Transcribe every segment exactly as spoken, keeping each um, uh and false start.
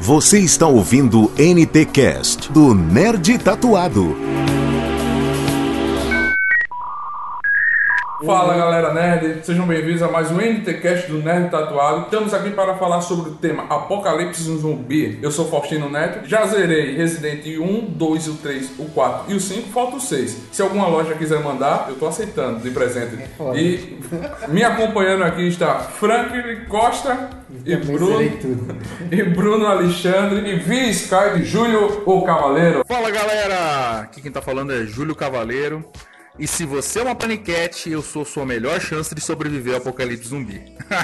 Você está ouvindo N T Cast do Nerd Tatuado. Fala galera nerd, sejam bem-vindos a mais um N T Cast do Nerd Tatuado. Estamos aqui para falar sobre o tema Apocalipse Zumbi. Eu sou Faustino Neto, já zerei Resident Evil um, dois, o três, o quatro e o cinco, falta o seis. Se alguma loja quiser mandar, eu tô aceitando de presente. É e me acompanhando aqui está Franklin Costa e Bruno, e Bruno Alexandre e via Skype Júlio o Cavaleiro. Fala galera, aqui quem tá falando é Júlio Cavaleiro. E se você é uma paniquete, eu sou sua melhor chance de sobreviver ao apocalipse zumbi.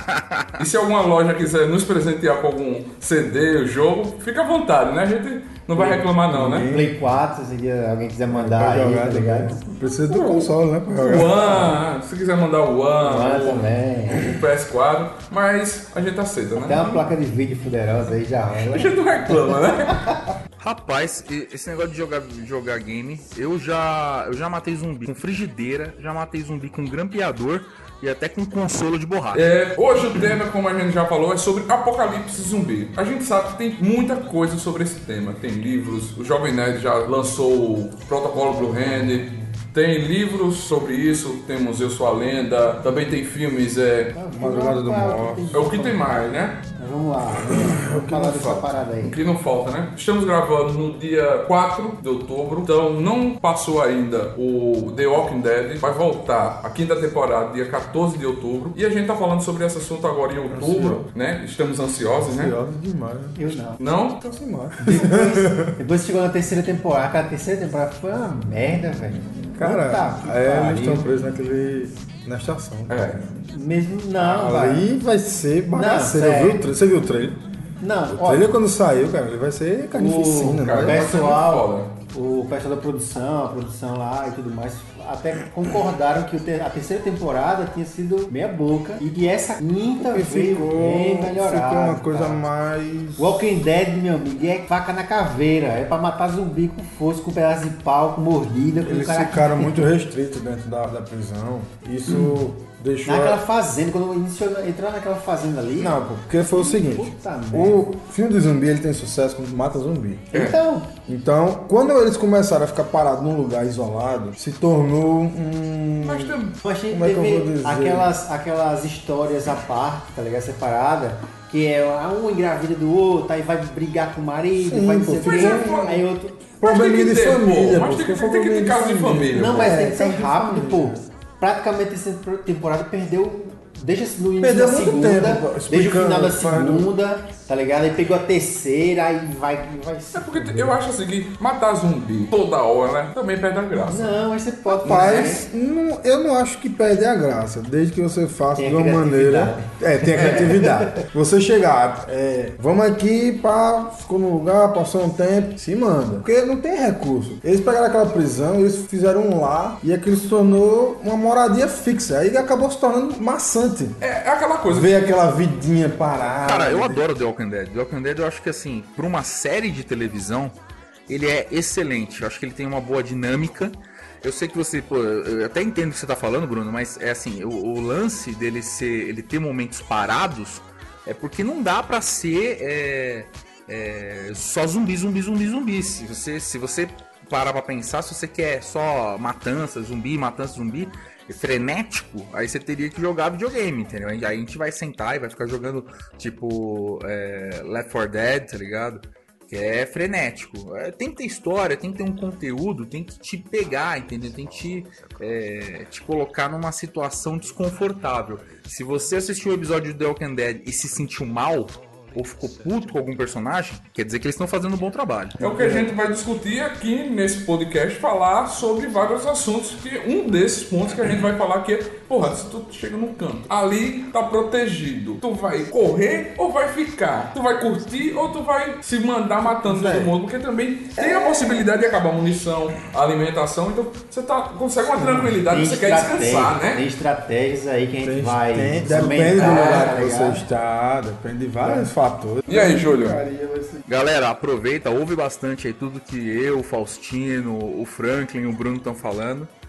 E se alguma loja quiser nos presentear com algum C D, jogo, fica à vontade, né? A gente não vai reclamar não, né? Play quatro, se alguém quiser mandar aí, tá ligado? Precisa do console, né? O One, se quiser mandar o One, O One o, também. o P S quatro, mas a gente aceita, né? Tem uma placa de vídeo fuderosa aí, já rola. A gente não reclama, né? Rapaz, esse negócio de jogar, jogar game, eu já, eu já matei zumbi com frigideira, já matei zumbi com grampeador e até com consolo de borracha. É, hoje o tema, como a gente já falou, é sobre apocalipse zumbi. A gente sabe que tem muita coisa sobre esse tema. Tem livros, o Jovem Nerd já lançou o Protocolo Blue Hand, tem livros sobre isso, temos Eu Sou a Lenda, também tem filmes, é... Madrugada do Morto. É o que tem mais, né? Vamos lá, vamos falar dessa parada aí. O que não falta, né? Estamos gravando no dia quatro de outubro, então não passou ainda o The Walking Dead, vai voltar a quinta temporada, dia quatorze de outubro, e a gente tá falando sobre esse assunto agora em outubro, né? Estamos ansiosos, né? Ansiosos demais. Eu não. Não? Então sem mais. Depois, depois chegou na terceira temporada, aquela terceira temporada foi uma merda, velho. Cara, Puta que é, eles pariu. estão presos naquele... na estação. É. Mesmo não, Ali velho. vai ser bagaceiro. Não, Viu? sério. o tra- Você viu o trailer? Não, O ó, trailer quando saiu, cara, ele vai ser carnificina, o cara, né? vai ser pessoal, muito o pessoal da produção, a produção lá e tudo mais, até concordaram que o ter- a terceira temporada tinha sido meia boca e que essa quinta Porque veio ficou, bem melhorada. ficou uma coisa tá? mais... Walking Dead, meu amigo, é faca na caveira, é pra matar zumbi com força, com pedaço de pau, com mordida, com Eles cara... ficaram muito restritos dentro da, da prisão. Isso Hum. deixou... Naquela fazenda, quando iniciou, entrou naquela fazenda ali... Não, pô, porque foi o seguinte, Puta merda. o filme de zumbi ele tem sucesso quando mata zumbi. Então, Então, quando eles começaram a ficar parados num lugar isolado, se tornou um... Mas também... eu achei que Como é que eu teve vou dizer? aquelas, aquelas histórias à parte, tá ligado? Separada, que é um engravida do outro, aí vai brigar com o marido, Sim, vai pô, dizer mas é foda. aí outro... Probleminha de Mas tem que ter, família, pô. Mas pô. tem que- Ficou tem que ter probleminha caso de família. Não, pô. mas É, tem que ser caso de rápido, pô. família. Praticamente essa temporada perdeu... Deixa no início Perdeu da muito segunda, tempo, pô, desde o explicando, final da fazendo- segunda, tá ligado? Aí pegou a terceira, aí vai... vai É porque eu acho assim que matar zumbi toda hora também perde a graça. Não, mas você pode Rapaz, não- eu não acho que perde a graça, desde que você faça Tem de a uma maneira. criatividade. É, tem a criatividade. Você chegar, é, vamos aqui pra. Ficou no lugar, passou um tempo, se manda. Porque não tem recurso. Eles pegaram aquela prisão, eles fizeram um lar e aquilo se tornou uma moradia fixa. Aí acabou se tornando maçante. É, é aquela coisa. Ver aquela vidinha parada. Cara, eu adoro The Walking Dead. The Walking Dead eu acho que assim, pra uma série de televisão, ele é excelente. Eu acho que ele tem uma boa dinâmica. Eu sei que você, pô, eu até entendo o que você tá falando, Bruno, mas é assim, o, o lance dele ser, ele ter momentos parados, é porque não dá pra ser é, é, só zumbi, zumbi, zumbi, zumbi. Se você, se você parar pra pensar, se você quer só matança, zumbi, matança, zumbi, frenético, aí você teria que jogar videogame, entendeu? Aí a gente vai sentar e vai ficar jogando, tipo, é, Left four Dead, tá ligado? Que é frenético. É, tem que ter história, tem que ter um conteúdo, tem que te pegar, entendeu? Tem que te, é, te colocar numa situação desconfortável. Se você assistiu o episódio do The Walking Dead e se sentiu mal, ou ficou puto com algum personagem, quer dizer que eles estão fazendo um bom trabalho. É o que a gente vai discutir aqui nesse podcast, falar sobre vários assuntos, que um desses pontos que a gente vai falar que é, porra, se tu chega num canto, ali tá protegido, tu vai correr ou vai ficar? Tu vai curtir ou tu vai se mandar matando todo mundo? Porque também tem a possibilidade de acabar a munição, a alimentação, então você tá, consegue uma tranquilidade, você quer descansar, né? Tem estratégias aí que a gente Tem- vai... tem- depende do comentar, lugar tá que você ligado? está, depende de vários fatores. E aí, Júlio? Galera, aproveita, ouve bastante aí tudo que eu, o Faustino, o Franklin e o Bruno estão falando.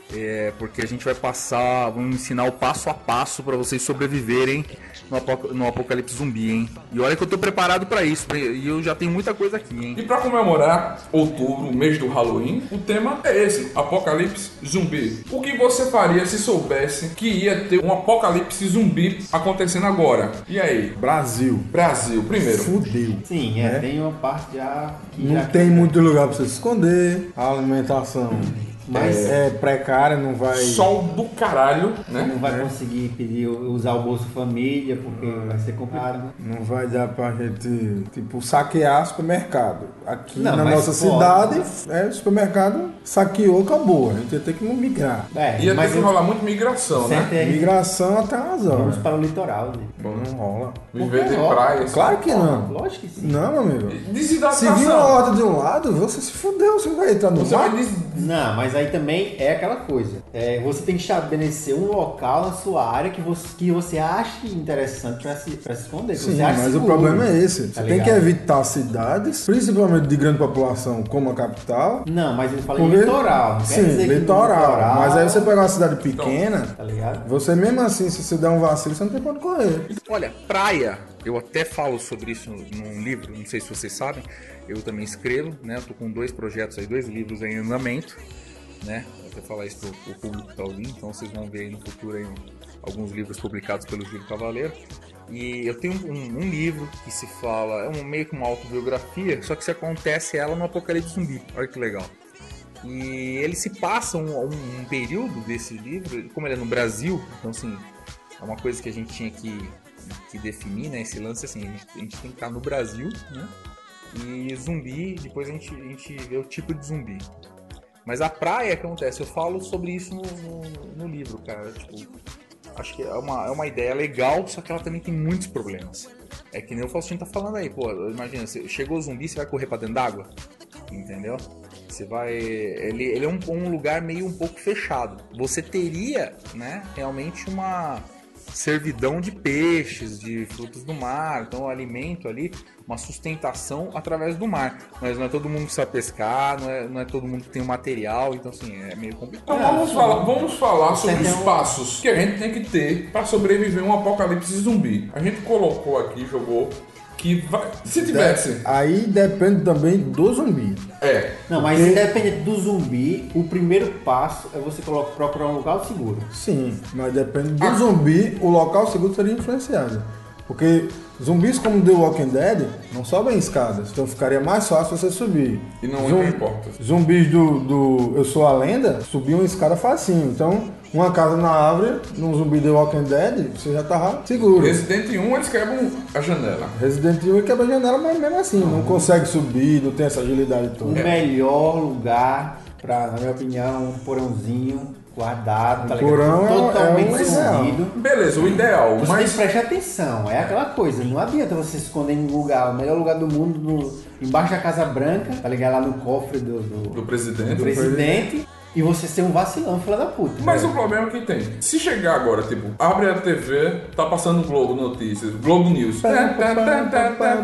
É, porque a gente vai passar, vamos ensinar o passo a passo para vocês sobreviverem no, apoc no apocalipse zumbi, hein? E olha que eu tô preparado para isso, e eu já tenho muita coisa aqui, hein? E para comemorar outubro, mês do Halloween, o tema é esse, apocalipse zumbi. O que você faria se soubesse que ia ter um apocalipse zumbi acontecendo agora? E aí? Brasil. Brasil, primeiro. Fudeu. Sim, é, tem uma parte já que Não já tem muito lugar pra você se esconder. A alimentação Mas- é, é precária, não vai. Sol do caralho, né? não vai conseguir pedir, usar o Bolsa Família, porque vai ser complicado. Não vai dar pra gente, tipo, saquear supermercado. Aqui Não, na mas nossa pode. cidade, é, o supermercado saqueou, acabou. A gente ia ter que migrar. É, Ia mas ter que rolar muito migração, certo né? é Migração até umas vamos horas. para o litoral, né? Não rola. Viver de Não, praia. assim. Claro que não. Lógico que sim. Não, meu amigo. Se vir uma Desidatização. horta de um lado, você se fudeu, você vai entrar no Você vai mar. des... Não, mas aí também é aquela coisa. É, você tem que estabelecer um local na sua área que você, que você ache interessante para se, pra se esconder. Que Sim, você ache mas o seguro. problema é esse. Tá Você tem que ligado? evitar cidades, principalmente de grande população, como a capital. Não, mas ele fala em Porque- litoral. Não quer Sim, dizer que no litoral. Mas aí você pega uma cidade pequena, Tá ligado? você mesmo assim, se você der um vacilo, você não tem pra onde correr. Olha, praia, eu até falo sobre isso num livro, não sei se vocês sabem, eu também escrevo, né? Eu tô com dois projetos aí, dois livros aí em andamento, né? Vou até falar isso pro, pro público que tá ouvindo, então vocês vão ver aí no futuro aí um- alguns livros publicados pelo Júlio Cavaleiro. E eu tenho um, um livro que se fala, é um, meio que uma autobiografia, só que se acontece ela no apocalipse zumbi, olha que legal. E ele se passa um, um, um período desse livro, como ele é no Brasil, então assim, é uma coisa que a gente tinha que, que definir, né? Esse lance assim, a gente, a gente tem que estar no Brasil, né? E zumbi, depois a gente, a gente vê o tipo de zumbi. Mas a praia, o que acontece? Eu falo sobre isso no, no, no livro, cara. Tipo, acho que é uma, é uma ideia legal, só que ela também tem muitos problemas. É que nem o Faustinho tá falando aí, pô, imagina, você chegou o zumbi, você vai correr pra dentro d'água? Entendeu? Você vai... Ele, ele é um, um lugar meio um pouco fechado. Você teria, né, realmente uma servidão de peixes, de frutos do mar, então o alimento ali, uma sustentação através do mar. Mas não é todo mundo que sabe pescar, não é, não é todo mundo que tem o material, então assim, é meio complicado. Então vamos falar, vamos falar sobre Você os tem um- passos que a gente tem que ter para sobreviver a um apocalipse zumbi. A gente colocou aqui, jogou, que vai... se tivesse... Aí depende também do zumbi. É, Não, mas Porque- independente do zumbi, o primeiro passo é você colocar, procurar um local seguro. Sim, mas depende do Ah. zumbi, o local seguro seria influenciado. Porque zumbis como The Walking Dead não sobem escadas, então ficaria mais fácil você subir. e não Zum- importa. Zumbis do, do Eu Sou a Lenda subiam escada facinho. Então, uma casa na árvore, num zumbi The Walking Dead, você já tava seguro. Resident um, eles quebram a janela. Resident Evil quebra a janela, mas mesmo assim, não consegue subir, não tem essa agilidade O toda. melhor lugar pra, na minha opinião, um porãozinho guardado, tá ligado? porão é- Totalmente é o ideal. escondido. Beleza, o ideal, Você tem mas... que prestar atenção, é aquela coisa, não adianta você se esconder em um lugar, o melhor lugar do mundo, no- embaixo da Casa Branca, tá ligado? Lá no cofre do, do- do presidente. do presidente, e você ser um vacilão, filha da puta. Mas o problema é que tem. Se chegar agora, tipo, abre a T V, tá passando o Globo Notícias, Globo News. Tá, tá, tá, tá, tá.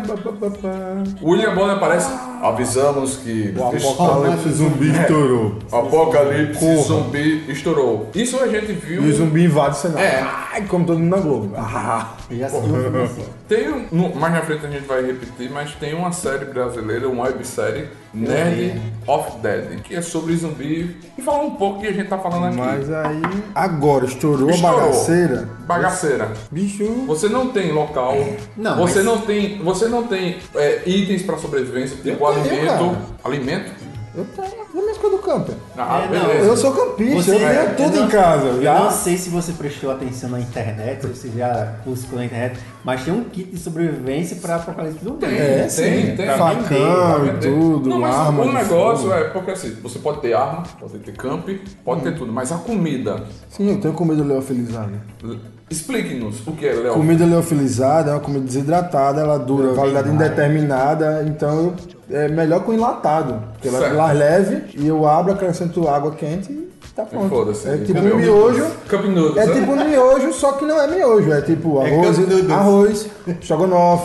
William Bonner aparece. Avisamos que O apocalipse zumbi estourou. apocalipse Corra. zumbi estourou. Isso a gente viu. E o zumbi invade o cenário. É. Ai, como todo mundo na Globo. Ah, Eu já assisti um filme assim. Tem um, no- mais na frente a gente vai repetir, mas tem uma série brasileira, uma websérie, Nerd of Dead, que é sobre zumbi e fala um pouco que a gente tá falando aqui. mas aí, agora estourou, Estourou. a bagaceira. Bagaceira. Bicho, Você não tem local, Não, você, mas- não tem, você não tem é, itens para sobrevivência, tipo Eu tenho, alimento. cara. Alimento? eu tenho as minhas coisas do camper. Ah, É, não, beleza. Eu sou campista, Você- eu tenho é, tudo eu não- em casa. Eu Já. não sei se você prestou atenção na internet, ou se já buscou na internet, mas tem um kit de sobrevivência para apocalipse zumbi. Tem, É, tem, sim. tem. Facão e Tem. tudo, Não, mas arma o de negócio fogo. é porque assim, você pode ter arma, pode ter camp, pode Hum. ter tudo, mas a comida. Sim, eu tenho comida leofilizada. Explique-nos o que é Léo. Comida leofilizada é uma comida desidratada, ela dura validade indeterminada, então eu- é melhor com enlatado. Porque ela Certo. ela é leve e eu abro, acrescento água quente e tá pronto. Foda-se. É tipo Entendeu? um miojo. Cup noodles, É né? tipo um miojo, só que não é miojo. É tipo arroz, cup noodles. arroz, estrogonofe,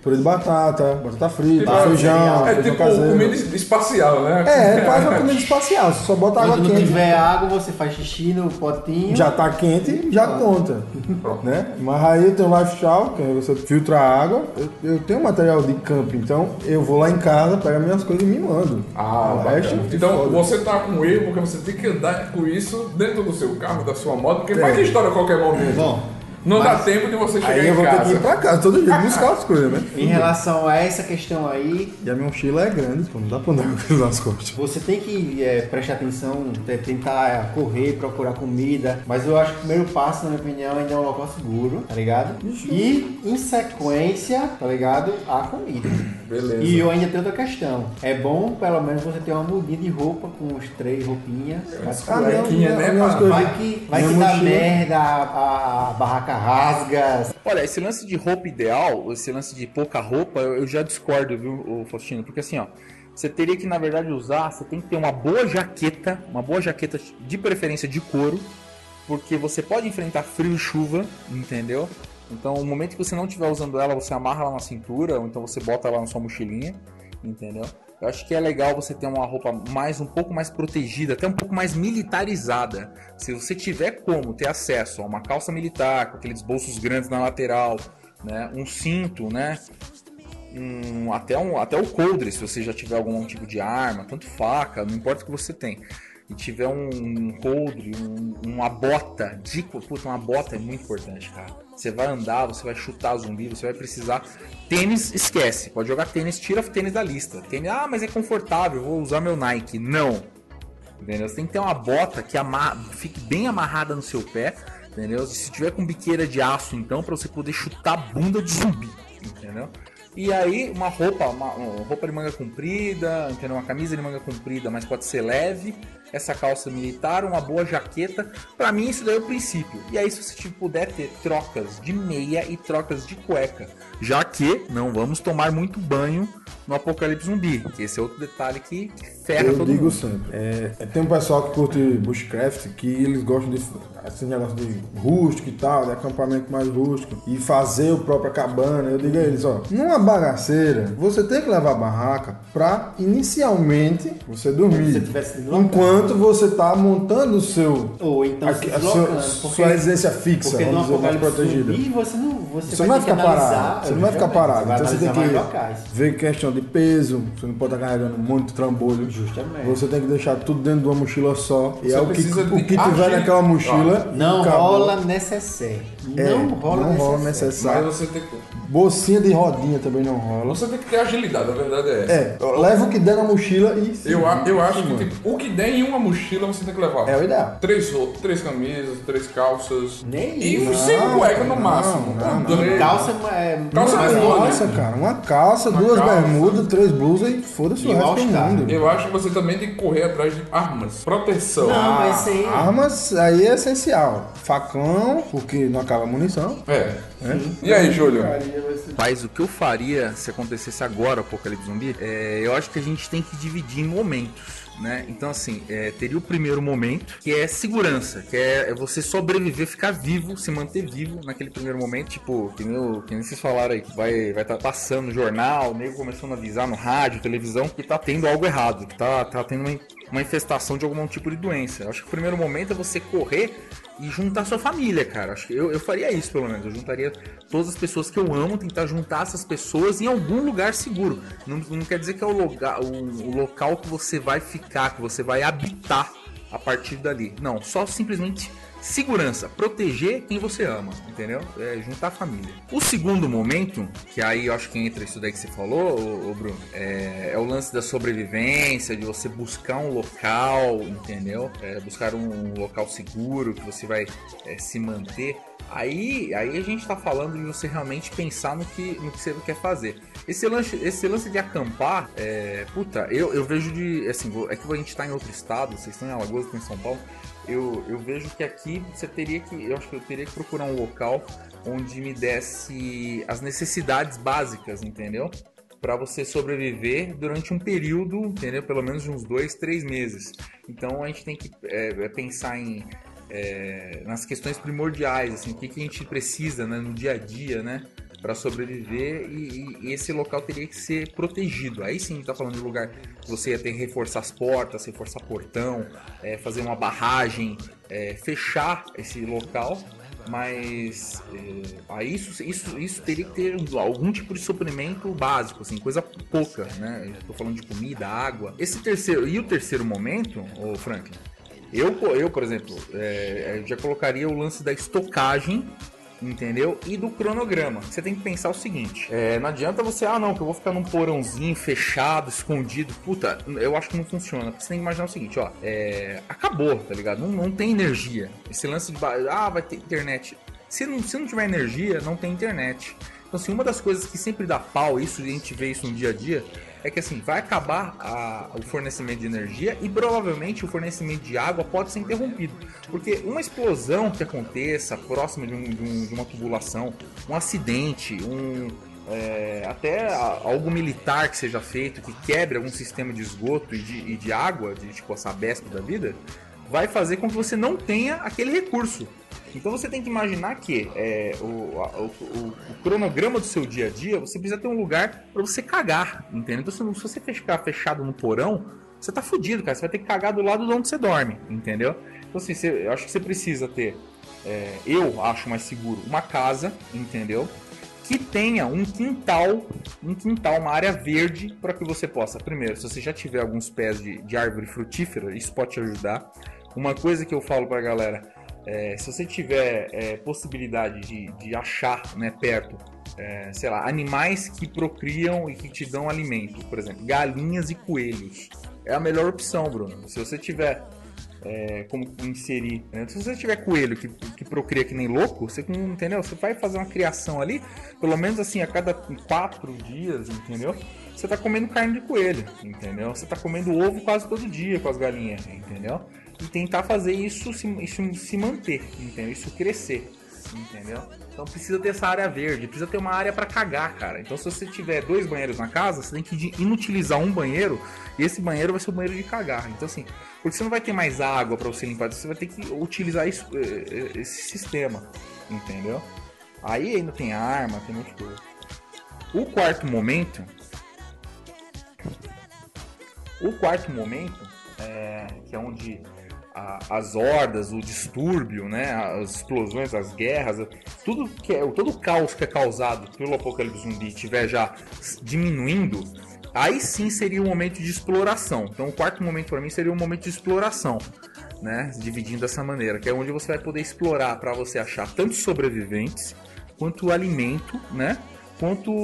purê de batata, batata frita, Tipo, feijão, É feijão tipo caseiro. comida espacial, né? É, faz uma comida espacial, você só bota água Quando não quente. tiver água, você faz xixi no potinho. Já tá quente, já conta, né? Mas aí eu tenho um lifestyle, que aí você filtra a água. Eu, eu tenho material de camping, então eu vou lá em casa, pego as minhas coisas e me mando. Ah, O resto, bacana. se Então foda. você tá com erro porque você tem que andar com isso dentro do seu carro, da sua moto, porque É. vai que estoura a qualquer momento. Bom, Não mas- dá tempo de você chegar Aí eu em vou ter casa. que ir pra casa todo dia buscar as coisas, né? Em relação a essa questão aí, E a minha mochila é grande, pô, não dá pra andar com aquilo nas costas. você tem que é, prestar atenção, te- tentar correr, procurar comida, mas eu acho que o primeiro passo, na minha opinião, ainda é um local seguro, tá ligado? E em sequência, tá ligado? A comida. Beleza. E eu ainda tenho outra questão. É bom, pelo menos, você ter uma mudinha de roupa com uns três roupinhas. Ah, não, cuequinha, não, né, minhas mano? coisas- Vai que, vai minha que dá mochila- merda, a, a barraca rasga. Olha, esse lance de roupa ideal, esse lance de pouca roupa, eu eu já discordo, viu, ô Faustino? Porque assim, ó, você teria que, na verdade, usar, você tem que ter uma boa jaqueta, uma boa jaqueta de preferência de couro, porque você pode enfrentar frio e chuva, entendeu? Então, no momento que você não estiver usando ela, você amarra ela na cintura, ou então você bota ela na sua mochilinha, entendeu? Eu acho que é legal você ter uma roupa mais um pouco mais protegida, até um pouco mais militarizada. Se você tiver como ter acesso a uma calça militar, com aqueles bolsos grandes na lateral, né, um cinto, né, um, até, um, até o coldre, se você já tiver algum tipo de arma, tanto faca, não importa o que você tem. E tiver um, um coldre, um, uma bota, de, puta, uma bota é muito importante, cara. Você vai andar, você vai chutar zumbi, você vai precisar. Tênis, esquece. Pode jogar tênis, tira o tênis da lista. Tênis, ah, mas é confortável, vou usar meu Nike. Não. Entendeu? Você tem que ter uma bota que amarra, fique bem amarrada no seu pé, entendeu? Se tiver com biqueira de aço, então, para você poder chutar a bunda de zumbi, entendeu? E aí, uma roupa, uma, uma roupa de manga comprida, entendeu? Uma camisa de manga comprida, mas pode ser leve. Essa calça militar, uma boa jaqueta. Pra mim, isso daí é o princípio. E aí, se você tipo, puder ter trocas de meia e trocas de cueca. Já que não vamos tomar muito banho no apocalipse zumbi. Que esse é outro detalhe que, que ferra Eu todo digo mundo. sempre, é, é, tem um pessoal que curte bushcraft, que eles gostam de esse negócio de rústico e tal, de acampamento mais rústico, e fazer o próprio cabana. Eu digo a eles, ó, numa bagaceira, você tem que levar a barraca pra, inicialmente, você dormir. Se você tivesse deslocado. Enquanto você tá montando o seu... Ou então a, se a deslocando, sua, porque- sua residência fixa, Porque no vamos dizer, mais apocalipse protegida. zumbi, você não, você Você não vai ter que ficar analisar, parado, você não vai ficar justamente, parado. vai Então você tem analisar que mais locais. ver questão de peso, você não pode estar carregando muito trambolho. Justamente. Você tem que deixar tudo dentro de uma mochila só. E Você é o que, precisa de o que tiver agilidade. naquela mochila. Não acabou. rola necessaire. É, Não rola não rola Mas necessário. você tem que, Bolsinha de rodinha também não rola. você tem que ter agilidade, a verdade é essa. É, leva o que der na mochila e... Eu, a- eu acho que mano. tipo, o que der em uma mochila você tem que levar. É o ideal. Três roupas, três camisas, três calças. Nem E isso. uns cinco Não, cuecas no não, máximo. não, Um não. três. Calça é Calça mais é boa, né? Nossa, cara, uma calça, Uma duas calça. bermudas, três blusas e foda-se E o o resto do All-Star. mundo. Eu acho que você também tem que correr atrás de armas. Proteção. Não, mas isso aí. Armas aí é essencial. Facão, porque não acaba a munição. É. E aí, Júlio? Mas o que eu faria se acontecesse agora o apocalipse zumbi, é, eu acho que a gente tem que dividir em momentos, né? Então assim, é, teria o primeiro momento, que é segurança, que é, é você sobreviver, ficar vivo, se manter vivo naquele primeiro momento, tipo, que nem, o- que nem vocês falaram aí, que vai vai estar passando no jornal, o nego começando a avisar no rádio, televisão, que tá tendo algo errado, que tá, tá tendo uma, uma infestação de algum tipo de doença. Eu acho que o primeiro momento é você correr e juntar sua família, cara. Acho que eu, eu faria isso, pelo menos. Eu juntaria todas as pessoas que eu amo, tentar juntar essas pessoas em algum lugar seguro. Não, não quer dizer que é o, lugar, o, o local que você vai ficar, que você vai habitar a partir dali. Não, só simplesmente segurança, proteger quem você ama, entendeu? É juntar a família. O segundo momento, que aí eu acho que entra isso daí que você falou, ô, ô Bruno, é, é o lance da sobrevivência, de você buscar um local, entendeu? É, buscar um local seguro, que você vai é, se manter. Aí, aí a gente tá falando de você realmente pensar no que, no que você quer fazer. Esse lance, esse lance de acampar, é, puta, eu, eu vejo de, assim, é que a gente tá em outro estado, vocês estão em Alagoas, estão em São Paulo, eu, eu vejo que aqui você teria que, eu acho que eu teria que procurar um local onde me desse as necessidades básicas, entendeu? Para você sobreviver durante um período, entendeu? Pelo menos de uns dois, três meses. Então a gente tem que é, pensar em É, nas questões primordiais, assim, o que, que a gente precisa, né, no dia a dia, né, para sobreviver e, e esse local teria que ser protegido. Aí sim, tá falando de lugar que você ia ter que reforçar as portas, reforçar portão, é, fazer uma barragem, é, fechar esse local. Mas é, aí isso, isso, isso teria que ter algum tipo de suprimento básico, assim, coisa pouca, né? Eu tô falando de comida, água. Esse terceiro, e o terceiro momento, ô Franklin, eu, eu por exemplo, é, já colocaria o lance da estocagem, entendeu? E do cronograma. Você tem que pensar o seguinte, é, não adianta você, ah não, que eu vou ficar num porãozinho fechado, escondido. Puta, eu acho que não funciona. Você tem que imaginar o seguinte, ó, é, acabou, tá ligado? Não, não tem energia. Esse lance de, ah, vai ter internet. Se não, se não tiver energia, não tem internet. Então, assim, uma das coisas que sempre dá pau, isso a gente vê isso no dia a dia, é que assim, vai acabar a, o fornecimento de energia e provavelmente o fornecimento de água pode ser interrompido. Porque uma explosão que aconteça próxima de, um, de, um, de uma tubulação, um acidente, um, é, até algo militar que seja feito, que quebre algum sistema de esgoto e de, e de água, de tipo a Sabesp da vida, vai fazer com que você não tenha aquele recurso. Então você tem que imaginar que é, o, o, o, o cronograma do seu dia a dia, você precisa ter um lugar para você cagar, entendeu? Então se, se você ficar fechado no porão, você tá fudido, cara. Você vai ter que cagar do lado de onde você dorme, entendeu? Então assim, você, eu acho que você precisa ter, é, eu acho mais seguro, uma casa, entendeu? Que tenha um quintal, um quintal, uma área verde para que você possa, primeiro, se você já tiver alguns pés de, de árvore frutífera, isso pode te ajudar. Uma coisa que eu falo pra galera, É, se você tiver é, possibilidade de, de achar, né, perto, é, sei lá, animais que procriam e que te dão alimento, por exemplo, galinhas e coelhos, é a melhor opção, Bruno. Se você tiver é, como inserir, né? Se você tiver coelho que, que procria que nem louco, você, entendeu? Você vai fazer uma criação ali, pelo menos assim, a cada quatro dias, entendeu? Você tá comendo carne de coelho, entendeu? Você tá comendo ovo quase todo dia com as galinhas, entendeu? E tentar fazer isso se, isso se manter, entendeu? Isso crescer, entendeu? Então precisa ter essa área verde, precisa ter uma área para cagar, cara. Então se você tiver dois banheiros na casa, você tem que inutilizar um banheiro e esse banheiro vai ser o banheiro de cagar. Então assim, porque você não vai ter mais água para você limpar, você vai ter que utilizar isso, esse sistema, entendeu? Aí ainda tem arma, tem muita coisa. O quarto momento, o quarto momento, é, que é onde A, as hordas, o distúrbio, né, as explosões, as guerras, tudo que é, todo o caos que é causado pelo apocalipse zumbi estiver já diminuindo, aí sim seria um momento de exploração. Então o quarto momento para mim seria um momento de exploração, né, dividindo dessa maneira, que é onde você vai poder explorar para você achar tanto sobreviventes quanto alimento, né, quanto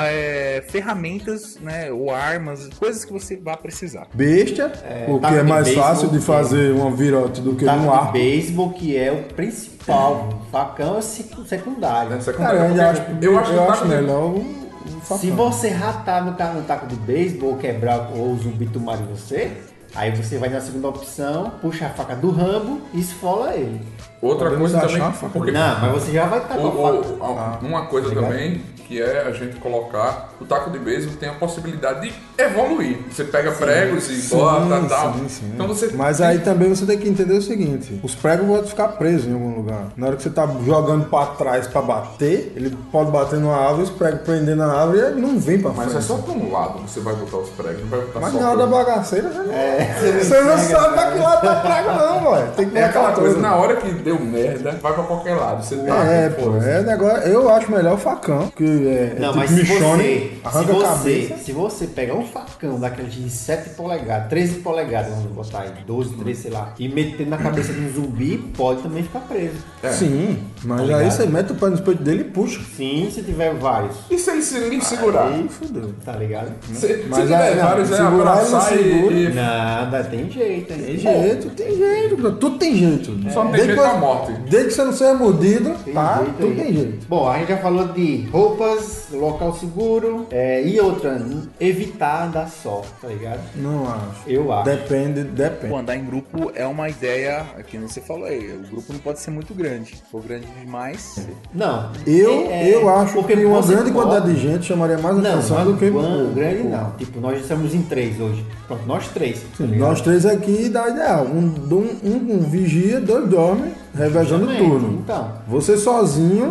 é, ferramentas, né, ou armas, coisas que você vai precisar. Besta, é, porque é mais fácil de fazer uma virote do que um arco. Beisebol, que é o principal. O facão é secundário. É secundário. Cara, eu acho, eu acho, eu que acho tá melhor o, o facão. Se você ratar no, no taco de beisebol, quebrar ou o zumbi tomar em você, aí você vai na segunda opção, puxa a faca do Rambo e esfola ele. Outra Podemos coisa também... Porque... Não, mas você já vai estar com a faca. Ah, uma coisa tá também... que é a gente colocar o taco de beisebol tem a possibilidade de evoluir. Você pega sim, pregos e sim, bota e tal. Sim, sim. Então você Mas tem... aí também você tem que entender o seguinte: os pregos vão ficar presos em algum lugar. Na hora que você tá jogando pra trás pra bater, ele pode bater numa árvore, os pregos prender na árvore e ele não vem pra frente. Mas é só pra um lado você vai botar os pregos, não vai botar Mas só na hora da bagaceira, você, é, não, você não sabe pra que lado tá prego, não, velho. Tem que é aquela todo. coisa, na hora que deu merda, vai pra qualquer lado. Você tá é, pô, é negócio. Eu acho melhor o facão, que é, não, é tipo mas se Michone, você, arranca se, você, a cabeça. se você pegar um facão daqueles de sete polegadas, treze polegadas, vamos botar aí, doze, treze, sei lá, e meter na cabeça de um zumbi, pode também ficar preso. É. Sim, mas tá aí você mete o pé no peito dele e puxa. Sim, se tiver vários. E se ele se me segurar? Aí fudeu, tá ligado? Se, mas se tiver não, vários, é segurar abraçar e, e... Nada, tem jeito. Hein? Tem jeito, tem jeito, tudo tem jeito. É. Só não tem jeito pra morte. Desde que você não seja mordido, tem tá? Jeito tudo aí. tem jeito. Bom, a gente já falou de roupas, local seguro, é, e outra, evitar andar só, tá ligado? Não acho. Eu acho. Depende, depende. Pô, andar em grupo é uma ideia, que você falou aí, o grupo não pode ser muito grande. Se for grande demais... Não. Eu, é, eu acho porque que uma você grande pode... quantidade de gente chamaria mais atenção do que... Não, grande não. Tipo, nós estamos em três hoje. Pronto, nós três. Sim, nós três aqui dá ideal. Um, um, um, um vigia, dois dormem, revezando o turno. Então. Você sozinho,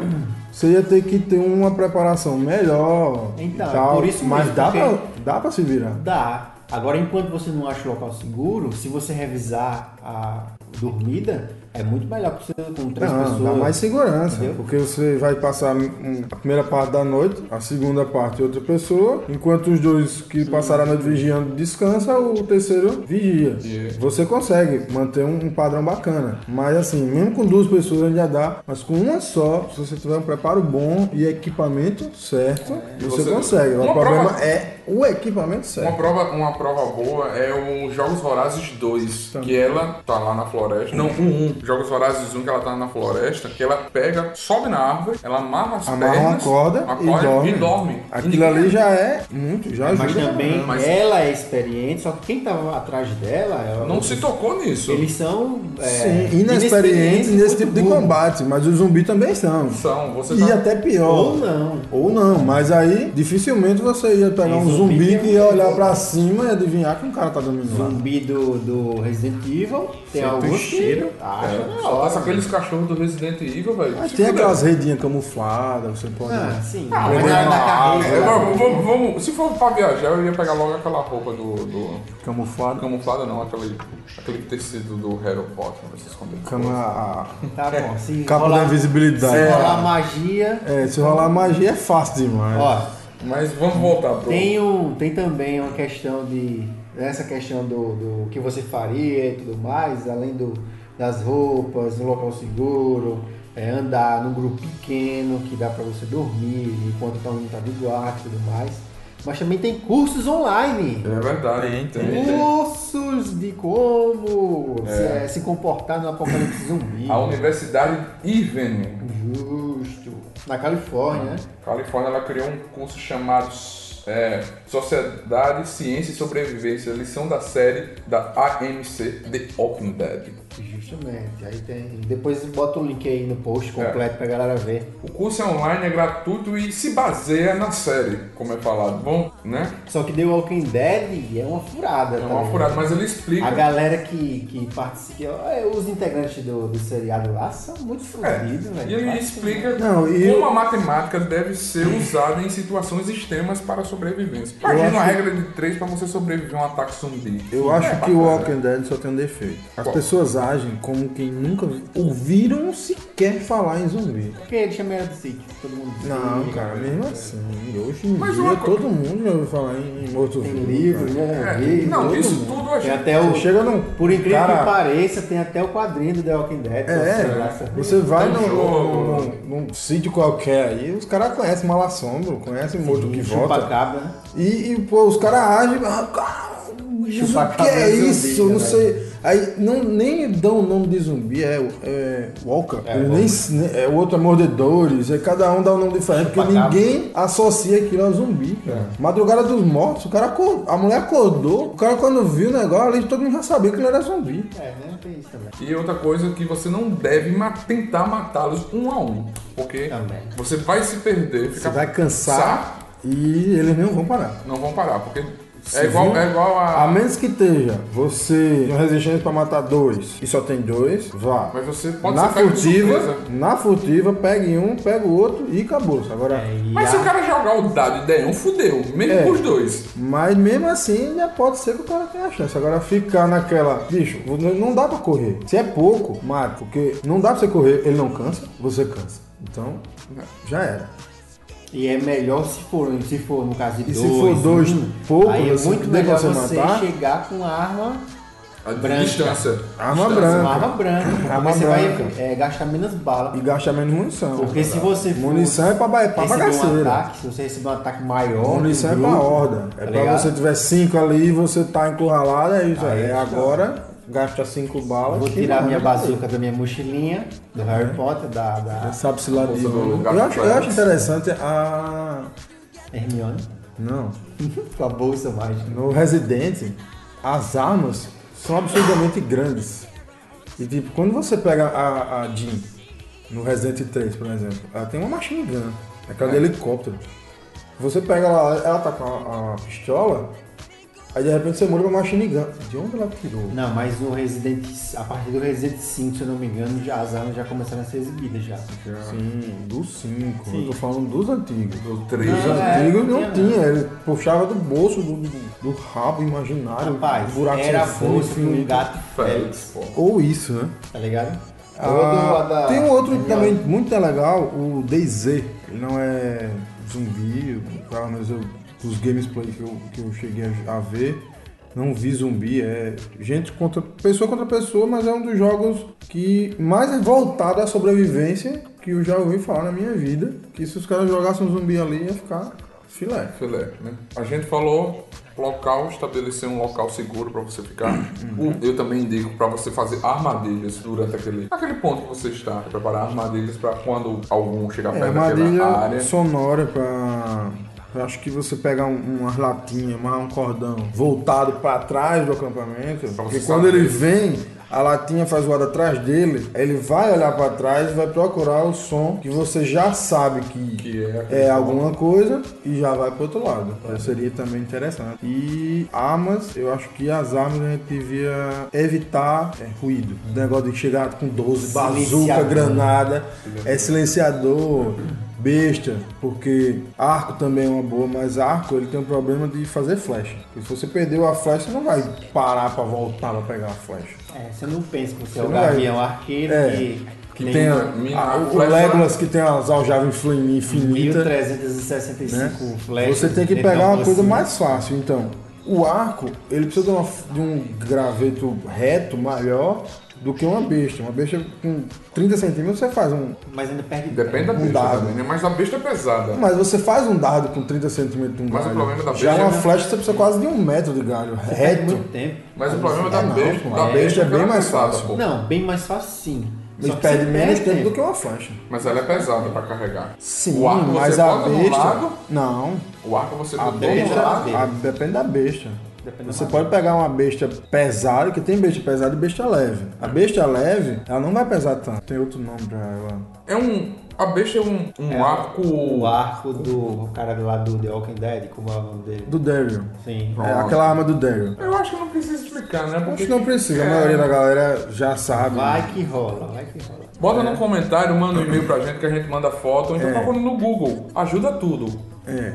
você ia ter que ter uma preparação melhor Então, e tal, por isso mas mesmo, dá, porque- pra, dá pra se virar. Dá. Agora, enquanto você não acha o local seguro, se você revisar a dormida, é muito melhor que você com três Não, pessoas. dá mais segurança, Entendeu? porque você vai passar um- a primeira parte da noite, a segunda parte outra pessoa, enquanto os dois que passaram a noite vigiando descansam, o terceiro vigia. Yeah. Você consegue manter um, um padrão bacana, mas assim, mesmo com duas pessoas ainda dá, mas com uma só, se você tiver um preparo bom e equipamento certo, você, você- consegue. O Uma problema prova- é o equipamento certo. Uma prova, uma prova boa é o Jogos Vorazes dois, que ela tá lá na floresta. Não, o um. Jogos Vorazes um, que ela tá na floresta, que ela pega, sobe na árvore, ela amarra as Amarra uma pernas, corda uma e corda dorme. e dorme. Aquilo E ali já é muito, já ajuda. Mas também Mas- ela é experiente, só que quem tava atrás dela... ela- não se tocou nisso. Eles são é, Sim, inexperientes nesse tipo de burros. combate, mas os zumbis também são. São, você E tá... até pior. Ou não. Ou não, mas aí dificilmente você ia pegar Tem um zumbi zumbi que que ia é- olhar pra cima e adivinhar que um cara tá dormindo lá. Zumbi do, do Resident Evil, tem Sente alguns o cheiro. que acha É, na só hora. passa aqueles cachorros do Resident Evil, velho. Mas Se tem fuder. aquelas redinhas camufladas, você pode. Ah, sim. Ah, mas mas na, não, na ah, carreira... é, vamos, vamos, vamos- se for pra viajar, eu ia pegar logo aquela roupa do. do Camuflado. camuflada, não, aquele, aquele tecido do Harry Potter, pra se esconder. Cama, a Tá bom, se capa rolar, da invisibilidade. se rolar magia... É, se rolar magia é fácil demais. Ó, Mas vamos voltar pro. tem, um, tem também uma questão de... Essa questão do, do que você faria e tudo mais, além do, das roupas, no local seguro, é, andar num grupo pequeno, que dá pra você dormir enquanto tá um tá de guarda e tudo mais. Mas também tem cursos online. É verdade. Tem, tem, tem. tem. Cursos de como É. se, é, se comportar no apocalipse zumbi. A Universidade Irvine, Justo. Na Califórnia, né? Califórnia, ela criou um curso chamado é, Sociedade, Ciência e Sobrevivência, lição da série da A M C The Walking Dead. Justamente. Aí tem. Depois bota o link aí no post completo pra galera ver. O curso é online, é gratuito e se baseia na série, como é falado. Bom, né? Só que The Walking Dead é uma furada. É tá uma ligado? furada, mas ele explica. A galera que, que participa, é, os integrantes do, do seriado lá são muito É, fodidos, velho. e ele Fácil. explica Não, e como eu- a matemática deve ser usada em situações extremas para a sobrevivência. Imagina acho uma que- regra de três para você sobreviver a um ataque zumbi. Eu É acho que bacana. o Walking Dead só tem um defeito. As Qual? pessoas agem como quem nunca ouviram sequer falar em zumbi. Porque ele chama ela de sítio, todo mundo diz. Não, cara, mesmo assim, hoje em Mas dia uma co- todo mundo já ouviu falar em, em morto Tem vivo. livro, cara. né? É, Livro, não, todo isso mundo. tudo a Tem gente. até o. Você chega num. Por incrível cara, que pareça, tem até o quadrinho do The Walking Dead. pra você lá É, saber. você vai Tem num, jogo. num- num sítio qualquer aí, os caras conhecem mal assombro, conhecem morto que volta. Chupa-cabra, né? E, e, pô, os caras agem, ah, cara, isso o que é zumbi, isso? né, Não velho? sei. Aí não, nem dão o nome de zumbi, é, é Walker. É, Ele Walker. nem, é o outro é Mordedores, é cada um dá um nome diferente, porque Chupacabra. ninguém associa aquilo a zumbi, cara. Madrugada dos Mortos, o cara acordou, a mulher acordou, o cara quando viu o negócio ali, todo mundo já sabia que ele era zumbi. É, né? Tem isso também. E outra coisa que você não deve ma- tentar matá-los um a um. Porque Também. você vai se perder, Você ficar vai cansar e eles não vão parar. Não vão parar, porque Se é igual, viu? é igual a. A menos que esteja você tem uma resistência pra matar dois e só tem dois, vá. Mas você pode na ser pego de furtiva, surpresa. na furtiva, pegue um, pega o outro e acabou. Agora, É, e Mas a- se o cara jogar o dado e der um, fudeu. Mesmo É. com os dois. mas mesmo assim, já pode ser que o cara tenha a chance. Agora, ficar naquela. Bicho, não dá pra correr. Se é pouco, mata. Porque não dá pra você correr, ele não cansa, você cansa. Então, já era. E é melhor se for, se for no caso de E se dois. for dois, um, pouco, aí é você- muito dê pra melhor você você matar. chegar com arma, A Branca. distância. Arma Distância. branca. uma arma branca. Porque Arma você branca. vai é, gastar menos bala. E gasta menos munição. Porque se você for Munição é pra, ba- pra receber um bagaceira. ataque, se você receber um ataque maior. Munição é do pra grupo, horda. É tá pra ligado? você tiver cinco ali e você tá encurralado, é isso. Aí É está. agora, gasta cinco balas. Vou que tirar vai. minha bazuca da minha mochilinha, do Harry Potter, da, da Sabe-se lá de. Bolsa do Eu Gato acho, eu Félix. acho interessante a. Hermione. Não. Com a bolsa mágica. No Resident, as armas são absurdamente grandes. E tipo, quando você pega a, a Jean no Resident três, por exemplo, ela tem uma machine gun, aquela de helicóptero. Você pega ela, ela tá com a, a pistola, Aí de repente você muda pra Machine Gun. De onde ela tirou? Não, mas no Resident, a partir do Resident cinco, se eu não me engano, já as armas já começaram a ser exibidas já. Sim, do cinco. Sim. Eu tô falando dos antigos. Do três. Os Não, é, antigos não não tinha, tinha, ele puxava do bolso, do, do, do rabo imaginário, Rapaz, do buraco era sem fundo bolso de um infinito. gato Félix, Félix, pô. Ou isso, né? tá ligado? Ah, Todo a da- tem um outro Daniel. também muito legal, o DayZ. Ele não é zumbi, pelo menos eu, dos gameplay que eu, que eu cheguei a, a ver, não vi zumbi, é gente contra pessoa contra pessoa, mas é um dos jogos que mais é voltado à sobrevivência que eu já ouvi falar na minha vida, que se os caras jogassem um zumbi ali ia ficar filé. Filé, né? A gente falou local, estabelecer um local seguro pra você ficar. O- Eu também indico pra você fazer armadilhas durante aquele, aquele ponto que você está. Preparar armadilhas pra quando algum chegar É, perto daquela armadilha área. sonora pra... Eu acho que você pegar um, umas latinhas, amarrar um cordão voltado pra trás do acampamento, Pra porque você quando saber. ele vem, a latinha faz voar atrás dele, aí ele vai olhar pra trás e vai procurar o som que você já sabe que, Que é aquele é som. alguma coisa e já vai pro outro lado. Então, seria também interessante. E armas, eu acho que as armas a gente devia evitar é, ruído. O negócio de chegar com doze, bazuca, Silenciador. granada, é silenciador. Besta, porque arco também é uma boa, mas arco ele tem um problema de fazer flecha. Porque se você perdeu a flecha, você não vai parar pra voltar pra pegar a flecha. É, você não pensa que você é Você o não vai- gavião arqueiro É, que, Que tem tem a, mina- a- o, o flecha- Legolas que tem as aljavas infin- mil infinitas, trezentos e sessenta e né? cinco flechas. Você tem que dentro pegar da uma coisa bolsinha. mais fácil. Então, o arco, ele precisa de, uma- de um graveto reto maior do que uma besta. Uma besta com trinta centímetros você faz um... Mas ainda perde Depende da Um besta dado. também, né? Mas a besta é pesada. Mas você faz um dardo com trinta centímetros de um Mas o galho. problema da Já besta uma é- flecha você precisa quase de um metro de galho. perde Reto. muito tempo. Mas o problema da não, besta, pô, da a besta é que bem ela mais pesada, fácil. pô. Não, bem mais fácil sim. Mas Só que perde você menos perde tempo do que uma flecha. Mas ela é pesada pra carregar. Sim, O arco mas você a bota no besta... lado? Não. O arco você A bota no depende besta... da lado. dele. a- depende da besta. Depende Você da pode pegar uma besta pesada, que tem besta pesada e besta leve. A besta leve, ela não vai pesar tanto. Tem outro nome pra ela. É um... A besta é um, um É, arco... O arco do cara lá do The Walking Dead, como é o nome dele? Do Daryl. Sim. É aquela arma do Daryl. Eu acho que não precisa explicar, né? Acho Porque que não precisa, a é, maioria da galera já sabe. Vai que rola, vai que rola. Bota no comentário, manda um e-mail pra gente que a gente manda foto, ou então É. procura no Google. Ajuda tudo. É,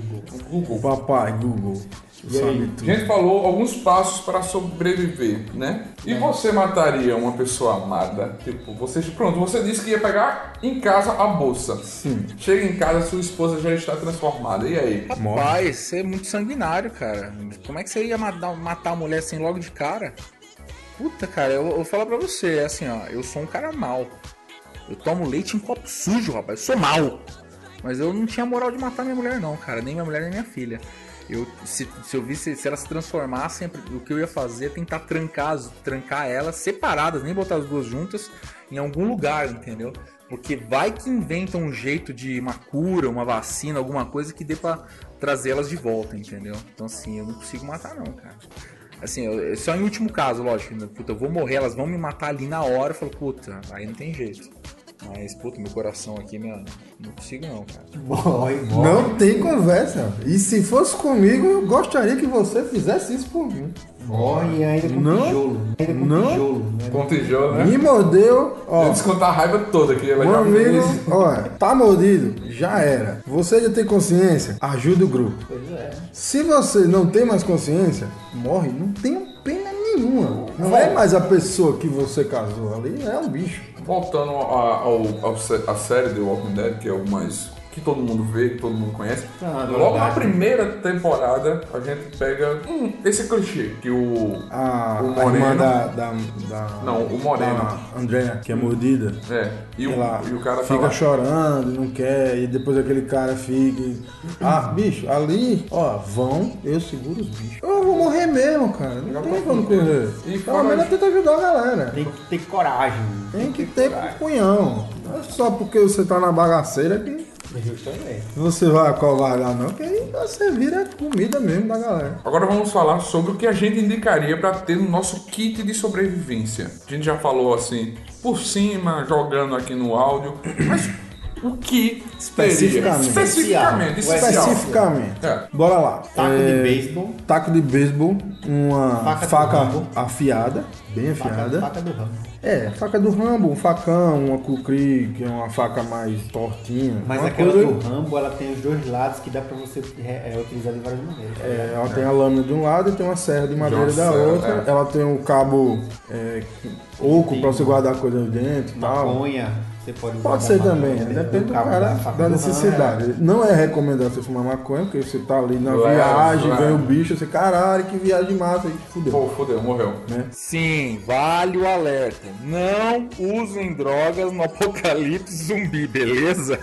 No Google. papai, Google. Sabe A tudo. gente falou alguns passos para sobreviver, né? E você mataria uma pessoa amada? Tipo, você, pronto, você disse que ia pegar em casa a bolsa. Sim. Chega em casa, sua esposa já está transformada. E aí? Rapaz, você é muito sanguinário, cara. Como é que você ia matar, matar a mulher assim logo de cara? Puta, cara, eu, eu vou falar pra você, é assim, ó, eu sou um cara mau. Eu tomo leite em copo sujo, rapaz, eu sou mau. Mas eu não tinha moral de matar minha mulher não, cara, nem minha mulher nem minha filha. Eu, se, se eu visse, se elas se transformassem, o que eu ia fazer é tentar trancar, as- trancar elas separadas, nem botar as duas juntas, em algum lugar, entendeu? Porque vai que inventam um jeito de uma cura, uma vacina, alguma coisa que dê pra trazer elas de volta, entendeu? Então assim, eu não consigo matar não, cara. Assim, eu, só em último caso, lógico, né? Puta, eu vou morrer, elas vão me matar ali na hora, eu falo, puta, aí não tem jeito. Mas, puta, meu coração aqui, minha, não consigo não, cara. Morre, morre. Não tem conversa. E se fosse comigo, eu gostaria que você fizesse isso por mim. Morre e ainda com Não. tijolo. Ainda com Não. tijolo. Né? Com tijolo, né? Me mordeu, ó. Vou descontar a raiva toda que ela Meu já amigo, fez. olha, tá mordido, já era. Você já tem consciência, ajuda o grupo. Pois é. Se você não tem mais consciência, morre, não tem pena nenhuma. Não é mais a pessoa que você casou ali, é um bicho. Voltando a- ao, ao, sé- a série The Walking Dead, que é o mais... que todo mundo vê, que todo mundo conhece. Ah, na Logo na verdade. primeira temporada, a gente pega hum, esse clichê, que o... A, O a irmã Moreno. da, da, da. Não, o Moreno. Da Andrea, que é mordida. É, e o, Ela e o cara tá fica lá. chorando, não quer, e depois aquele cara fica. e- Ah, bicho, ali, ó, vão, eu seguro os bichos. Eu vou morrer mesmo, cara. Não Já tem tá como fudido. correr. E Pelo fora menos isso- tenta ajudar a galera. Tem que ter coragem. Tem que ter punhão. Não é só porque você tá na bagaceira que Justamente. você vai acovardar, não, que aí você vira comida mesmo da galera. Agora vamos falar sobre o que a gente indicaria para ter no nosso kit de sobrevivência. A gente já falou assim, por cima, jogando aqui no áudio, mas o que Especificamente. teria? Especificamente. Especial. Especial. Especificamente. É. Bora lá. Taco É, de beisebol. Taco de beisebol, uma Faca do faca Rambo. afiada, bem Faca, afiada. faca do ramo. É, faca do Rambo, um facão, uma Kukri, que é uma faca mais tortinha. Mas uma aquela coisa- do Rambo, ela tem os dois lados que dá pra você é, é, utilizar de várias maneiras. tá É, ligado? ela tem a lâmina de um lado e tem uma serra de madeira uma da serra, outra. é. Ela tem um cabo é, oco Tem pra você guardar coisas dentro e tal. Maconha, você pode usar. Pode da ser maconha, também, né? depende do cabo cara faca da do necessidade. Não é recomendado você fumar maconha, porque você tá ali na Leve, viagem, leve. vem o bicho, você, caralho, que viagem massa, aí fudeu. Pô, fodeu, morreu. Sim, vale o alerta. Não usem drogas no apocalipse zumbi, beleza?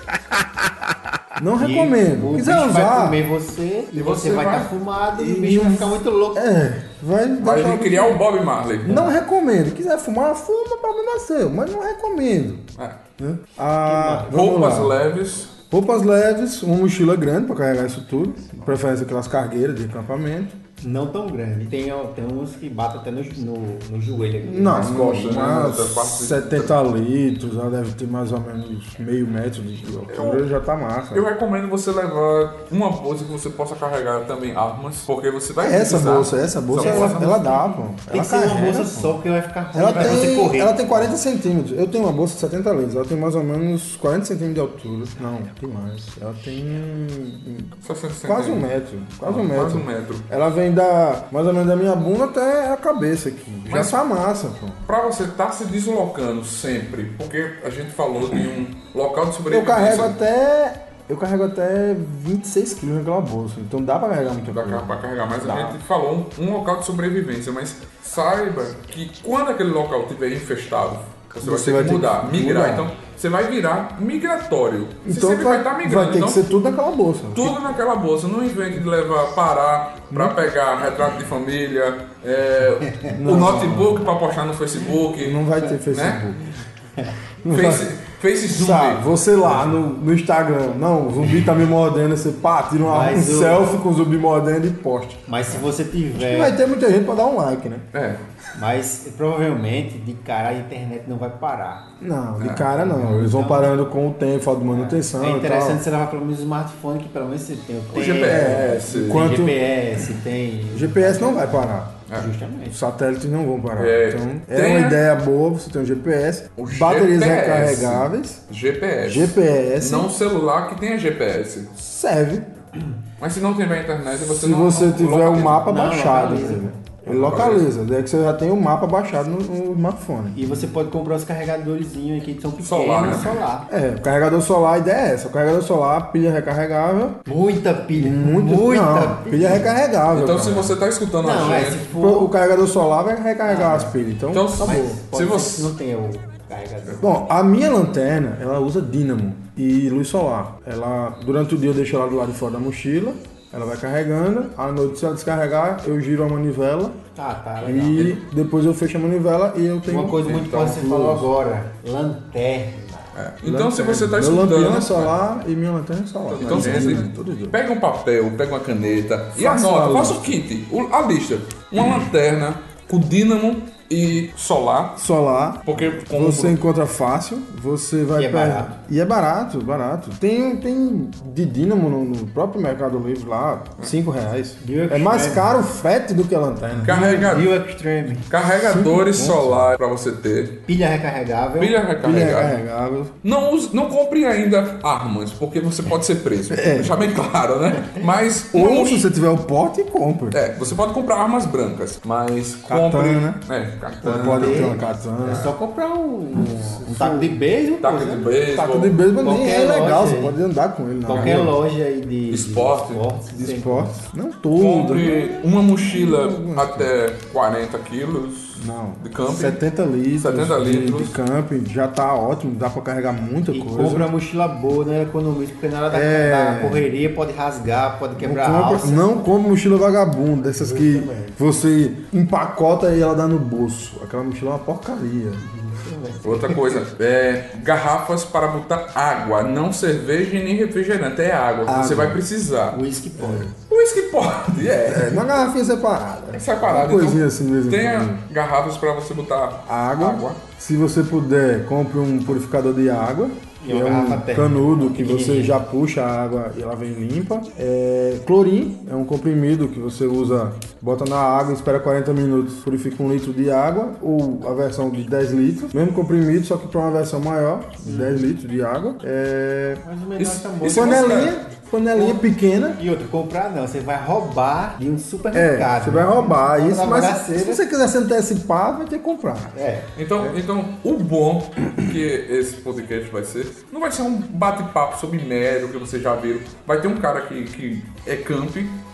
Não E recomendo. O Quiser bicho vai usar, comer você e E você você vai vai- estar fumado e e o bicho vai não- ficar muito louco. é, vai Vai deixar... criar o Bob Marley. Não recomendo. Quiser fumar, fuma, problema seu, mas não recomendo. É. Né? Ah, vamos Roupas lá. leves. Roupas leves, uma mochila grande para carregar isso tudo. De preferência aquelas cargueiras de acampamento. Não tão grande. Tem, tem uns que batem até no, no, no joelho aqui. Não, Nas costas, né? umas Da parte de- setenta litros, ela deve ter mais ou menos meio metro de altura, já tá massa. Eu recomendo você levar uma bolsa que você possa carregar também armas, porque você vai Essa precisar. bolsa, essa bolsa, Essa ela, bolsa ela dá, pô. Tem Ela que ser uma carrega, bolsa pô. só, porque vai ficar ruim Ela pra você tem, correr. ela tem quarenta centímetros. Eu tenho uma bolsa de setenta litros. Ela tem mais ou menos quarenta centímetros de altura. Não, tem mais. Ela tem sessenta quase um centímetros. metro. Quase um Ah, metro. quase um metro. Ela vem da, mais ou menos da minha bunda até a cabeça aqui. Mas- Já tá massa, pô. Pra você estar se deslocando sempre, porque a gente falou de um local de Eu sobrevivência. carrego até. Eu carrego até vinte e seis quilos naquela bolsa. Então dá pra carregar muita Dá coisa. pra carregar, mas Dá. a gente falou um, um local de sobrevivência, mas saiba que quando aquele local estiver infestado, você, Você vai vai ter que ter mudar, que migrar. mudar. Então você vai virar migratório. Você Então sempre vai estar migrando. vai ter então, que ser tudo naquela bolsa. tudo naquela bolsa. Não invente de levar, parar pra pegar retrato de família, é, o notebook pra postar no Facebook, Não vai ter Facebook. Face, face Zoom. Sabe, você lá no, no Instagram, não, o zumbi tá me mordendo, você pá, tira uma, um Mas o- selfie com o zumbi mordendo e posta. Mas se você E tiver. vai ter muita gente pra dar um like, né? É. Mas provavelmente de cara a internet não vai parar. Não, de cara não. Eles vão parando com o tempo, falta de manutenção É e interessante tal. você levar pelo menos o smartphone, que pelo menos você tem o tempo, G P S. tem Enquanto- G P S, tem. O G P S não vai parar. Justamente. Os satélites não vão parar. É, Então, é tem uma a- ideia boa, você tem um G P S, O baterias G P S. recarregáveis, G P S. G P S, Não celular que tenha G P S. serve. Mas se não tiver internet, você Se não. você não tiver coloca o mapa Não, baixado, localiza. entendeu? Ele localiza, daí que você já tem o mapa baixado no, no smartphone. E você pode comprar os carregadorzinhos aqui que são pequenos, Solar, né? solar. É, o carregador solar, a ideia é essa. O carregador solar, pilha recarregável. Muita pilha. Muito, muita não, pilha. pilha recarregável. Então, cara. se você tá escutando Não, a é, gente. se O for. carregador solar vai recarregar as pilhas. Então, Então, acabou. Mas pode Se ser você- que não tenha o carregador. Bom, a minha lanterna, ela usa dínamo e luz solar. Ela, durante o dia eu deixo ela do lado de fora da mochila, ela vai carregando. À noite, se ela descarregar, eu giro a manivela Tá, tá, legal. e depois eu fecho a manivela e eu tenho... Uma coisa muito Então, importante que você falou agora: lanterna. É. Então, se você tá Meu lampião é escutando. solar e minha lanterna é solar. Então, se Tudo você bem, tudo bem. pega um papel, pega uma caneta e Faça anota, a faça o lista. kit, o- a lista. Uma lanterna com dínamo e solar, Solar, porque como você encontra fácil, você vai... E é per- barato. E é barato, barato. Tem, tem de dínamo no, no próprio Mercado Livre lá, cinco reais. Bio É mais Extreme. caro o frete do que a lanterna. carrega- Bio Extreme. carregadores solar para você ter, Pilha recarregável. pilha Pilha recarregável. recarregável. Não, use, não compre ainda armas, porque você pode ser preso. É. Deixar bem claro, né? Mas uma Ou moch- se você tiver o porte, compra. É, você pode comprar armas brancas, mas Katana, compre... né? É, katana. Pode ter uma É katana. só comprar um, um taco de beisebol. Taco pô, de né? beisebol. Taco de beisebol nem Qualquer é legal, loja você aí. pode andar com ele na Qualquer rua. loja aí de Esporte. de esportes, De tem. esporte. Não tudo. Compre uma mochila até quarenta quilos Não. de camping. setenta litros. setenta de- litros. De, camping. Já tá ótimo, dá pra carregar muita E coisa. compra uma mochila boa, né? Economista, porque na hora da, É. da correria pode rasgar, pode Não quebrar a compra, alça. não compra mochila vagabunda, dessas que você empacota e ela dá no bolso. Aquela mochila é uma porcaria. Outra coisa, é, garrafas para botar água, não cerveja e nem refrigerante, é água. que Você Água. vai precisar. Whisky pode. Whisky pode, é. É, uma garrafinha separada. É separado. Uma coisinha então, assim de vez em tenha quando. garrafas para você botar Água. água. Se você puder, compre um purificador de água. E que uma é garrafa um térmica. canudo que você Pequenininha. já puxa a água e ela vem limpa. É, Clorim é um comprimido que você usa, bota na água, espera quarenta minutos, purifica um litro de água, ou a versão de dez litros, mesmo comprimido, só que para uma versão maior, de dez litros de água. É, Mas o menor Isso- tá bom. isso- panelinha, panelinha pequena. E outro, comprar não, você vai roubar de um É, supermercado. você vai roubar Compra isso, na mas bagaceira. se você quiser se antecipar, vai ter que comprar. É. Então, então, o bom que esse podcast vai ser, não vai ser um bate-papo sobre médio que vocês já viram. Vai ter um cara que, que é camp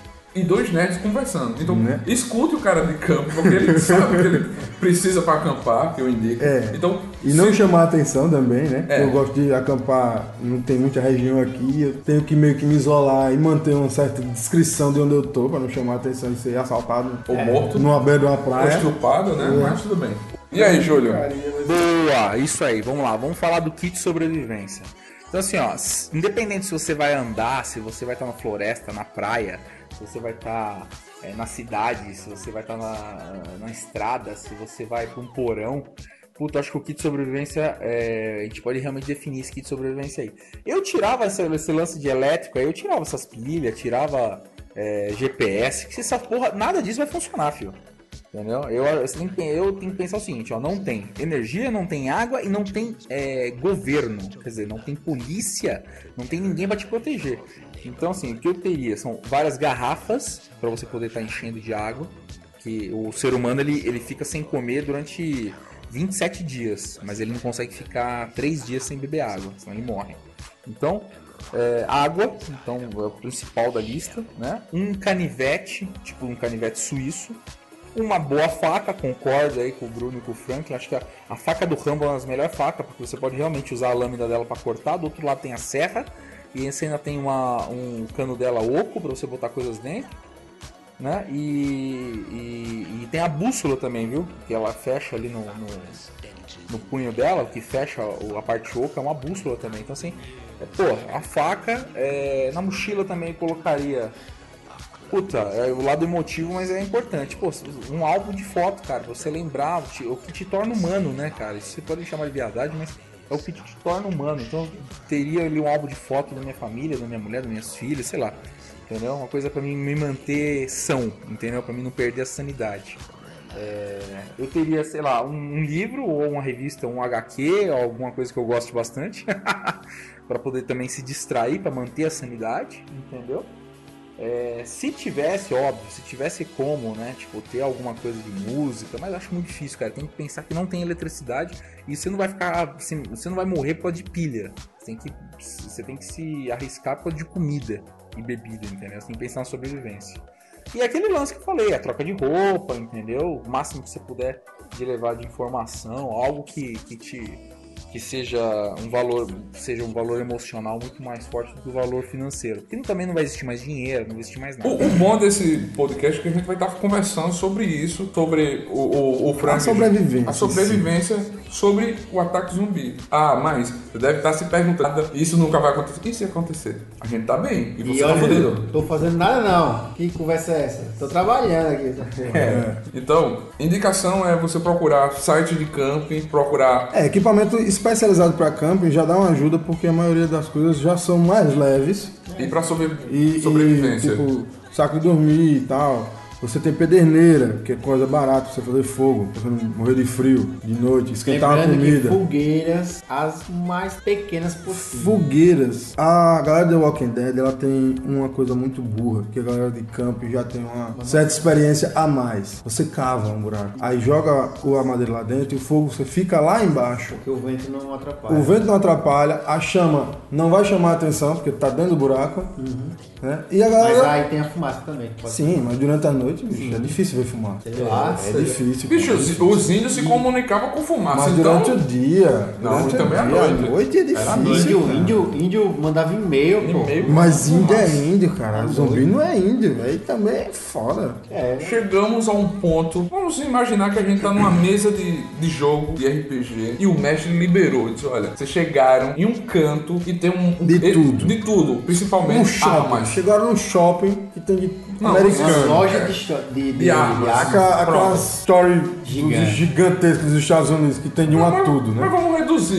e dois nerds conversando. Então, Né? escute o cara de camp, porque ele sabe que ele precisa para acampar, que eu indico. É. Então, E não se- chamar atenção também, né? É. Eu gosto de acampar, não tem muita região aqui, eu tenho que meio que me isolar e manter uma certa descrição de onde eu tô, pra não chamar atenção e ser assaltado ou morto, numa beira de uma ou praia. estrupado, né? Mas tudo bem. E aí, Júlio? Boa, isso aí, vamos lá, vamos falar do kit sobrevivência. Então assim, ó, s- independente se você vai andar, se você vai estar na floresta, na praia, se você vai estar é, na cidade, se você vai estar na, na estrada, se você vai para um porão, puta, acho que o kit sobrevivência, é, a gente pode realmente definir esse kit sobrevivência aí. Eu tirava esse, esse lance de elétrico aí, eu tirava essas pilhas, tirava é, G P S, que se essa porra, nada disso vai funcionar, filho. Entendeu? Eu, você tem que, eu tenho que pensar o seguinte, ó, não tem energia, não tem água e não tem é, governo, quer dizer, não tem polícia, não tem ninguém para te proteger. Então, assim, o que eu teria são várias garrafas para você poder estar enchendo de água, que o ser humano ele, ele fica sem comer durante vinte e sete dias, mas ele não consegue ficar três dias sem beber água, senão ele morre. Então, é, água, então é o principal da lista, né? Um canivete, tipo um canivete suíço. Uma boa faca, concordo aí com o Bruno e com o Franklin. Acho que a, a faca do Rambo é uma das melhores facas, porque você pode realmente usar a lâmina dela para cortar. Do outro lado tem a serra, e você ainda tem uma, um cano dela oco para você botar coisas dentro, né? E, e, e tem a bússola também, viu? Que ela fecha ali no, no, no punho dela, o que fecha a parte oca é uma bússola também. Então, assim, é, pô, a faca, é, na mochila também colocaria. Puta, é o lado emotivo, mas é importante. Pô, um álbum de foto, cara, você lembrar o que, o que te torna humano, né, cara? Isso você pode chamar de viadagem, mas é o que te torna humano. Então, teria ali um álbum de foto da minha família, da minha mulher, das minhas filhas, sei lá. Entendeu? Uma coisa pra mim me manter são, entendeu? Pra mim não perder a sanidade. É, eu teria, sei lá, um, um livro ou uma revista, um H Q, ou alguma coisa que eu gosto bastante, pra poder também se distrair, pra manter a sanidade, entendeu? É, se tivesse, óbvio, se tivesse como, né, tipo, ter alguma coisa de música, mas acho muito difícil, cara, tem que pensar que não tem eletricidade e você não vai ficar, assim, você não vai morrer por causa de pilha, você tem que, você tem que se arriscar por causa de comida e bebida, entendeu? Você tem que pensar na sobrevivência. E é aquele lance que eu falei, a troca de roupa, entendeu? O máximo que você puder de levar de informação, algo que, que te... que seja um valor, seja um valor emocional muito mais forte do que o valor financeiro. Porque também não vai existir mais dinheiro, não vai existir mais nada. O, o bom desse podcast é que a gente vai estar conversando sobre isso, sobre o, o, o Frank, A sobrevivência, a sobrevivência sobre o ataque zumbi. Ah, mas você deve estar se perguntando, isso nunca vai acontecer. E se acontecer? A gente tá bem, e você E tá olha, fudido. tô fazendo nada não. Que conversa é essa? Tô trabalhando aqui. essa porra. É. Então, indicação é você procurar site de camping, procurar... É, equipamento especializado para camping já dá uma ajuda porque a maioria das coisas já são mais leves E pra sobre... e, sobrevivência. e, tipo, saco de dormir e tal. Você tem pederneira, que é coisa barata pra você fazer fogo, pra você não morrer de frio, de noite, esquentar uma Lembrando que comida. fogueiras, as mais pequenas possíveis. Fogueiras. A galera do Walking Dead, ela tem uma coisa muito burra, que a galera de campo já tem uma certa experiência a mais. Você cava um buraco, aí joga a madeira lá dentro e o fogo você fica lá embaixo. Que o vento não atrapalha. O vento não atrapalha, a chama não vai chamar a atenção, porque tá dentro do buraco. Né? E a galera... Mas aí tem a fumaça também. que pode- Sim, mas durante a noite, bicho, é difícil ver fumaça. Sei lá. É difícil. Bicho, é os, difícil. os índios se comunicavam com fumaça, Mas então... durante o dia. Não, durante também o à dia, noite. à noite é Era à difícil. noite. Índio, cara. índio, índio mandava e-mail, pô. E-mail. Mas índio é Fumaça. índio, cara. Zumbi não é índio. Aí também é foda. É. Chegamos a um ponto, vamos imaginar que a gente tá numa mesa de, de jogo de R P G e o mestre liberou, disse, olha, vocês chegaram em um canto e tem um... um- De e- tudo. De tudo, principalmente Um shopping. armas. Chegaram num shopping que tem de Não, Uma americano. loja de, cho- de, de, De armas. Aquela, aquela Pronto. story Gigante. dos gigantescos dos Estados Unidos que tem de um a Mas- tudo, Mas né? vamos reduzir.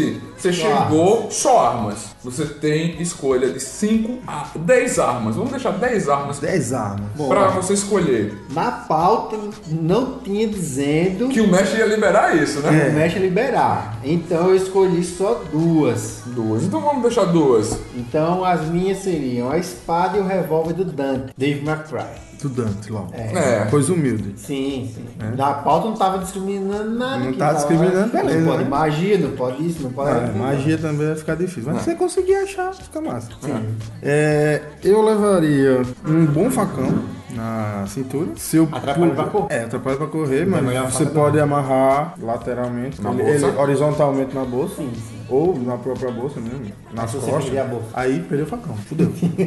Você chegou, só armas. Você tem escolha de cinco a dez armas. Vamos deixar dez armas dez armas. pra você escolher. Na pauta não tinha dizendo Que o mestre ia liberar isso, que né? o mestre ia liberar. Então eu escolhi só duas. Duas. Então vamos deixar duas. Então as minhas seriam a espada e o revólver do Dante, Dave McCray. Estudante logo. É. Coisa humilde. Sim, sim. Na pauta não tava discriminando nada. Não aqui, tá tava- discriminando, beleza, Não pode né? magia, não pode isso, não pode Ah, aquilo. magia também vai ficar difícil. Mas se você conseguir achar, fica massa. É, eu levaria um bom facão na cintura. Se eu Atrapalha pu- pra correr. É, atrapalha pra correr, mas melhor a você faca pode amarrar lateralmente, Na ele, bolsa? ele horizontalmente na bolsa. Sim, sim. Ou na própria bolsa mesmo, nas se você costas. perder a bolsa. Aí perdeu o facão, fudeu.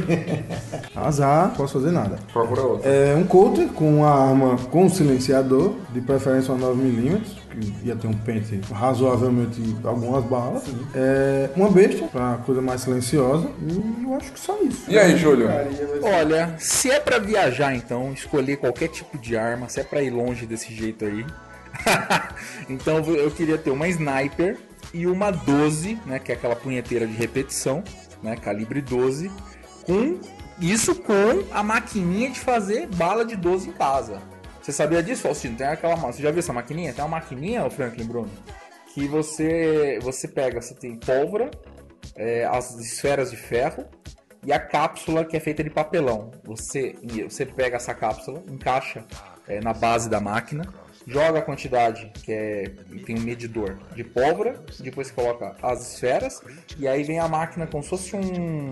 Azar, posso fazer nada. Procura outra. É um coulter com uma arma com silenciador, de preferência uma nove milímetros, que ia ter um pente razoavelmente algumas balas. É, uma besta, pra coisa mais silenciosa, e eu acho que só isso. E aí, Júlio? Olha, se é pra viajar então, escolher qualquer tipo de arma, se é pra ir longe desse jeito aí. Então eu queria ter uma sniper e uma doze, né, que é aquela punheteira de repetição, né, calibre doze, com isso com a maquininha de fazer bala de doze em casa. Você sabia disso, Faustino? Tem aquela, você já viu essa maquininha? Tem uma maquininha, ô Franklin Bruno, que você você pega, você tem pólvora, é, as esferas de ferro e a cápsula que é feita de papelão. Você você pega essa cápsula, encaixa é, na base da máquina, joga a quantidade, que é, tem um medidor de pólvora, depois você coloca as esferas, e aí vem a máquina como se fosse um...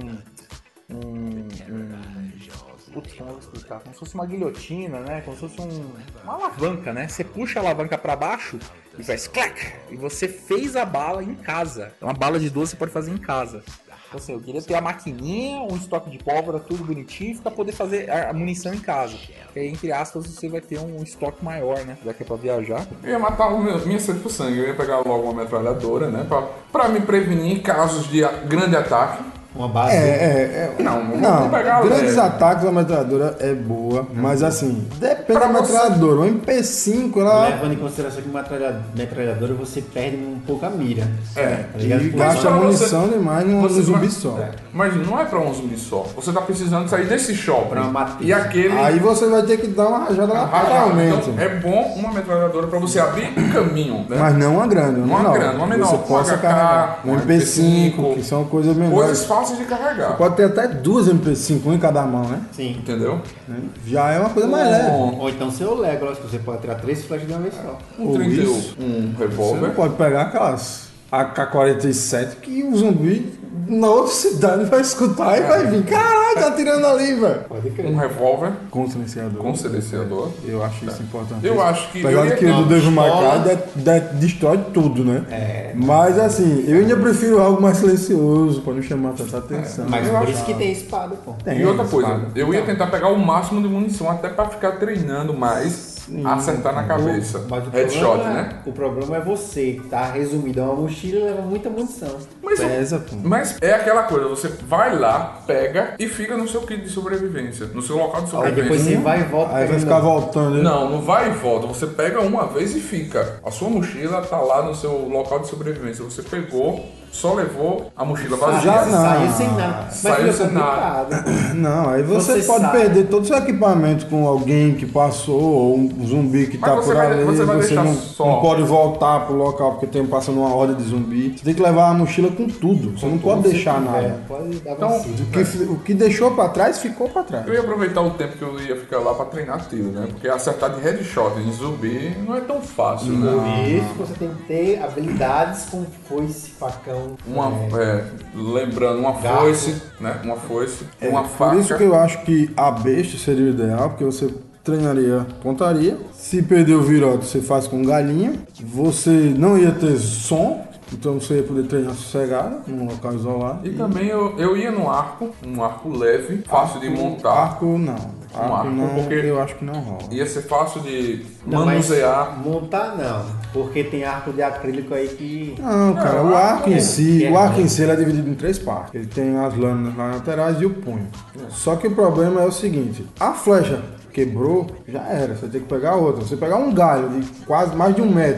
um, um putz, como eu vou explicar? Como se fosse uma guilhotina, né? Como se fosse um, uma alavanca, né? Você puxa a alavanca para baixo e faz clac! E você fez a bala em casa. Uma bala de doze você pode fazer em casa. Então, assim, eu queria ter a maquininha, um estoque de pólvora, tudo bonitinho, para poder fazer a munição em casa. Que aí, entre aspas, você vai ter um estoque maior, né? Já que é pra viajar. Eu ia matar o meu, minha sede por sangue. Eu ia pegar logo uma metralhadora, né? Pra, pra me prevenir em casos de a- grande ataque. Uma base. É, é, é. Não, não, Não, vou pegar grandes leve. ataques a metralhadora é boa, mas assim, depende Pra da você- metralhadora. O M P cinco, ela Levando em consideração que metralha- metralhadora você perde um pouco a mira. É. Tá ligado? e Por gasta pra munição demais num você zumbi vai- só. É. Mas não é pra um zumbi só. Você tá precisando sair desse shopping. Pra matar. E aquele... Aí você vai ter que dar uma rajada lateralmente. Então, é bom uma metralhadora pra você abrir um caminho, né? Mas não uma grande, uma Uma menor. grande, uma menor. Você Um possa H K, carregar. Um um M P cinco, que são coisas menores. Coisas fáceis de carregar. Pode ter até duas M P cinco, um em cada mão, né? Sim. Entendeu? Já é uma coisa mais leve. Um, Ou então seu Legolas, que você pode tirar três flechas de uma vez só. um Ou trinta e um, isso. um Você revólver. não pode pegar aquelas A K quarenta e sete que o zumbi na outra cidade vai escutar e vai vir. Caralho, tá atirando ali, velho. Pode crer. Um revólver Com silenciador. com silenciador. Eu acho isso importante. Eu acho que eu Apesar ia de que ter o do uma Devil May pistola. Cry de- de- destrói tudo, né? É. Mas assim, eu ainda prefiro algo mais silencioso, pra não chamar tanta atenção. Mas Eu por acho- isso que tem espada, pô. Tem, E outra coisa, espada. eu ia tentar pegar o máximo de munição até pra ficar treinando mais, acertar na cabeça. Mas o Headshot, problema, né? O problema é você, que tá resumido. É uma mochila e leva muita munição. Mas, Pesa, pô. mas é aquela coisa, você vai lá, pega e fica no seu kit de sobrevivência, no seu local de Aí sobrevivência. depois você vai e volta. Aí vai pegando- ficar voltando. né? Não, não vai e volta. Você pega uma vez e fica. A sua mochila tá lá no seu local de sobrevivência. Você pegou, só levou a mochila vazia. Já Você não. saiu sem nada. Mas Saiu fica sem nada. complicado. Não, aí você, Você pode sabe. perder todo o seu equipamento com alguém que passou, ou um zumbi que Mas tá você por vai- ali. você vai deixar não, só. não pode voltar pro local porque tem passando uma horda de zumbi. Você tem que levar a mochila com tudo. Você não pode deixar nada. É, pode dar Então, vacilo. O que, o que deixou pra trás, ficou pra trás. Eu ia aproveitar o tempo que eu ia ficar lá pra treinar tiro, né? Porque acertar de headshot em zumbi não é tão fácil, né? Por isso você tem que ter habilidades com foice, facão. Uma, é, é, lembrando, uma Garfo. foice, né? Uma foice, É, uma por faca. isso que eu acho que a besta seria o ideal, porque você treinaria pontaria. Se perder o virote, você faz com galinha. Você não ia ter som, então você ia poder treinar sossegado, num local isolado. E também eu, eu ia no arco, um arco leve, fácil de montar. Arco não. Arco, arco, não, porque- eu acho que não rola. Ia ser fácil de Não, mas manusear. montar não, porque tem arco de acrílico aí que... Não, cara, Não, o arco em si, é o arco ruim. em si ele é dividido em três partes. Ele tem as lâminas lá laterais e o punho. Só que o problema é o seguinte, a flecha quebrou, já era, você tem que pegar outra. Você pegar um galho de quase mais de um metro,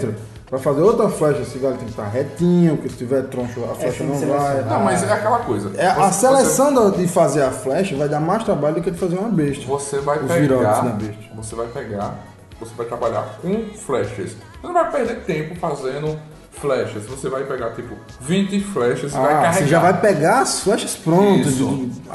Pra fazer outra flecha, esse galho tem que estar retinho, porque se tiver troncho, a flecha tem não que vai. selecionar. Não, mas é aquela coisa. É, a Você- seleção da- de fazer a flecha vai dar mais trabalho do que de fazer uma besta. Você vai Os virotes pegar, da besta. você vai pegar, você vai trabalhar com flechas. Você não vai perder tempo fazendo flechas. Você vai pegar tipo vinte flechas e vai Ah, carregar. você já vai pegar as flechas prontas. Isso. de- de-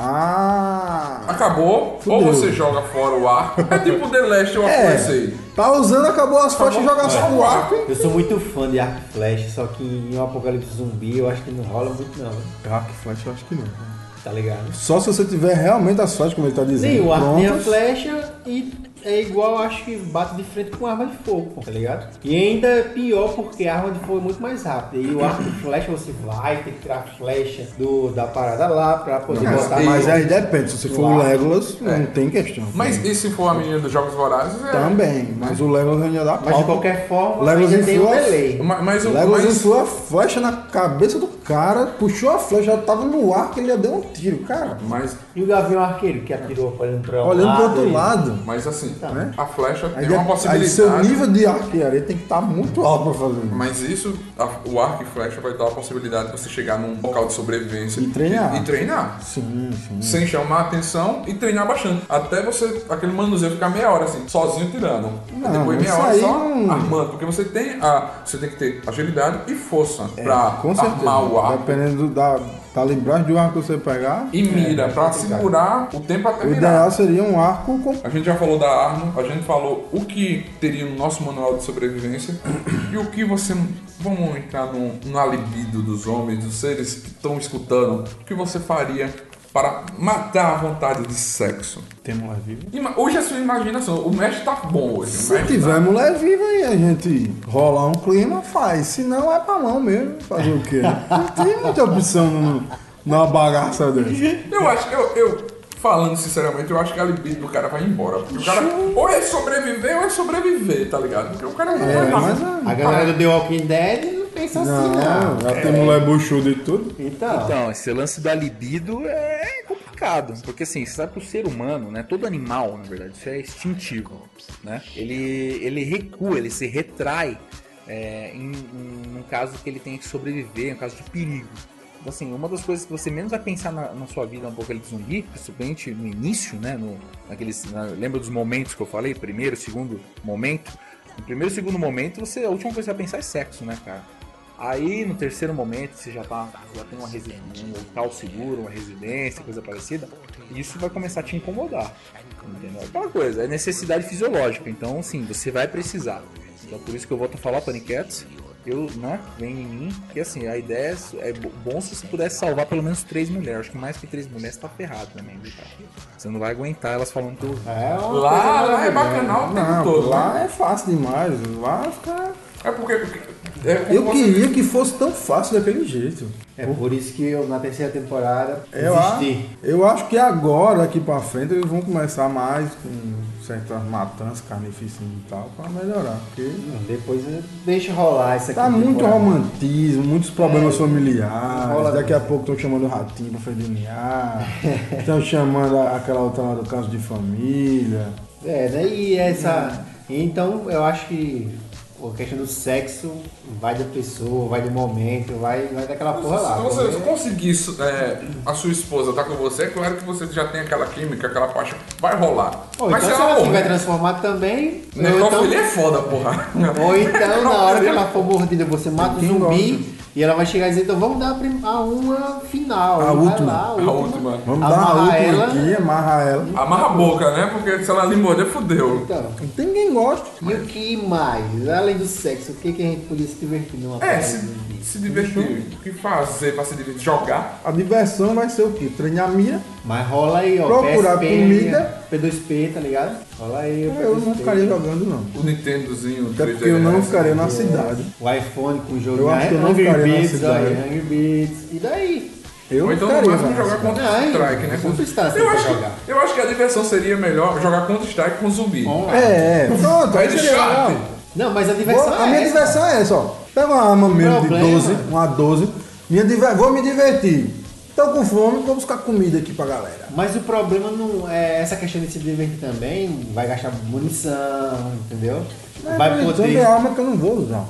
Ah! Acabou, Fudeu. ou você joga fora o arco. É tipo The Last of É, Us aí. tá usando, acabou as flechas e joga só o arco. Eu sou muito fã de arco e flecha, só que em um apocalipse zumbi eu acho que não rola muito não, né? Arco e flecha eu acho que não. Tá ligado? Só se você tiver realmente as flechas, como ele tá dizendo. Sim, o arco tem a prontas. flecha e é igual, acho que bate de frente com arma de fogo, pô, tá ligado? E ainda é pior porque a arma de fogo é muito mais rápida. E o arco de flecha você vai ter que tirar a flecha do, da parada lá pra poder Mas botar. Mas aí depende, se você for o Claro. Legolas, É. não tem questão. Mas e se for a menina dos Jogos Vorazes? É... Também, mas o Legolas ainda dá Mas de pau. qualquer forma, Legolas ainda tem um influa- delay. Ma- Mas, o Legolas mas, enfiou a flecha na cabeça do cara, puxou a flecha, já tava no ar que ele ia dar um tiro, cara. mas, E o Gavião Arqueiro que atirou olhando pra um Olhando pro outro e- lado. mas assim, Né? a flecha Aí, tem uma aí possibilidade. seu nível de arquearia tem que estar muito alto pra fazer isso. Mas isso, a- o arco e flecha vai dar a possibilidade de você chegar num local de sobrevivência E treinar. E, e treinar. Sim, sim. Sem chamar a atenção e treinar bastante. Até você, aquele manuseio ficar meia hora assim, sozinho tirando. Não, e depois meia isso hora aí só não- armando. Porque você tem a. Você tem que ter agilidade e força É, pra com certeza. armar o arco. Dependendo da calibragem do arco que você pegar. E mira, pra segurar o tempo até O virar. ideal seria um arco com. A gente já falou da arma, a gente falou o que teria no nosso manual de sobrevivência e o que você. Vamos entrar no, na libido dos homens, dos seres que estão escutando. O que você faria para matar a vontade de sexo? Tem mulher viva. Ima- Hoje é a sua imaginação. O mestre tá bom hoje. o Se mestre tiver tá- mulher viva aí, a gente rolar um clima, faz. Se não, é pra mão mesmo. Fazer o quê? Não tem muita opção no, numa bagaça dessa. Eu acho, eu, eu, falando sinceramente, eu acho que a libido do cara vai embora. Porque o cara ou é sobreviver ou é sobreviver, tá ligado? Porque o cara não É, vai mas nada. A galera do The Walking Dead não pensa assim, não, não. já tem mulher buchuda e tudo. Então, Então, esse lance da libido é complicado, porque assim, você sabe que o ser humano, né, todo animal, na verdade, isso é instintivo, né? Ele, ele recua, ele se retrai é, em, em um caso que ele tem que sobreviver, em um caso de perigo. Então, assim, uma das coisas que você menos vai pensar na, na sua vida um apocalipse zumbi, principalmente no início, né, no, naqueles, na, lembra dos momentos que eu falei? Primeiro, segundo momento. No primeiro e segundo momento, você, a última coisa que você vai pensar é sexo, né, cara? Aí no terceiro momento você já, tá, já tem uma resi- um local seguro, uma residência, coisa parecida, e isso vai começar a te incomodar. Entendeu? Aquela coisa, é necessidade fisiológica, então sim, você vai precisar. Então por isso que eu volto a falar, Paniquetes, eu, né, vem em mim, que assim, a ideia é, é bom se você pudesse salvar pelo menos três mulheres. Acho que mais que três mulheres tá ferrado também, viu, cara? Você não vai aguentar elas falando teu. é uma Lá, coisa lá é maravilhosa. bacanal o tempo Não, todo. lá né? é fácil demais. Lá fica. É porque. É como Eu você- queria que fosse tão fácil daquele jeito. É por isso que eu, na terceira temporada, Eu, a- desisti. eu acho que agora, daqui pra frente, eles vão começar mais com certas matanças, carnificina e tal, pra melhorar. Porque Não, depois deixa rolar isso aqui. tá muito temporada. romantismo, muitos problemas É, familiares. rola Daqui a pouco estão chamando o Ratinho pra fazer D N A. Estão chamando a- aquela outra lá do caso de família. É, né? E essa. Então eu acho que a questão do sexo vai da pessoa, vai do momento, vai, vai daquela porra lá. Se você porque- conseguir é, a sua esposa estar com você, é claro que você já tem aquela química, aquela paixão. Vai rolar. Ou Mas então se se ela ela tiver morrer, transformado também. Ou necrofilia então, é foda, porra. ou então na hora que ela for mordida, você mata o Quem zumbi e ela vai chegar e dizer, então vamos dar a, prim- a uma final. A Vai última. lá, A última. Vamos dar a Amarrar última ela. aqui, amarrar ela. Amarra a boca, né? Porque se ela lhe morder, fudeu. Então, Não tem ninguém gosta. e o que mais? Além do sexo, o que, que a gente podia se divertir numa É, parada se, zumbi? se divertir. O que fazer pra se divertir? Jogar? A diversão vai ser o quê? Treinar a mira. Mas rola aí, ó. Procurar P S P, comida. P dois P, tá ligado? Rola aí, o Eu não P dois P. ficaria jogando, não. O Nintendozinho. Até três porque eu não D S. ficaria na cidade. O iPhone com o jogo Eu acho que eu não Angry ficaria na Beats, cidade. aí, Angry Beats. E daí? Eu Ou não então no ficaria. máximo na jogar cidade. Counter Não, Strike, né? Counter Strike eu, pra acho jogar. que, eu acho que a diversão seria melhor jogar Counter Strike com zumbi. Online. É, é. Pronto, aí seria legal. Headshot. Não, mas a diversão Vou- é a minha essa. diversão é essa, ó. Pega uma arma mesmo problema- de doze, uma doze. Minha diver- Vou me divertir. Tô com fome, vou buscar comida aqui pra galera. Mas o problema não é essa questão de se divertir também, vai gastar munição, entendeu? Mas vai por exemplo, poder. é arma que eu não vou usar.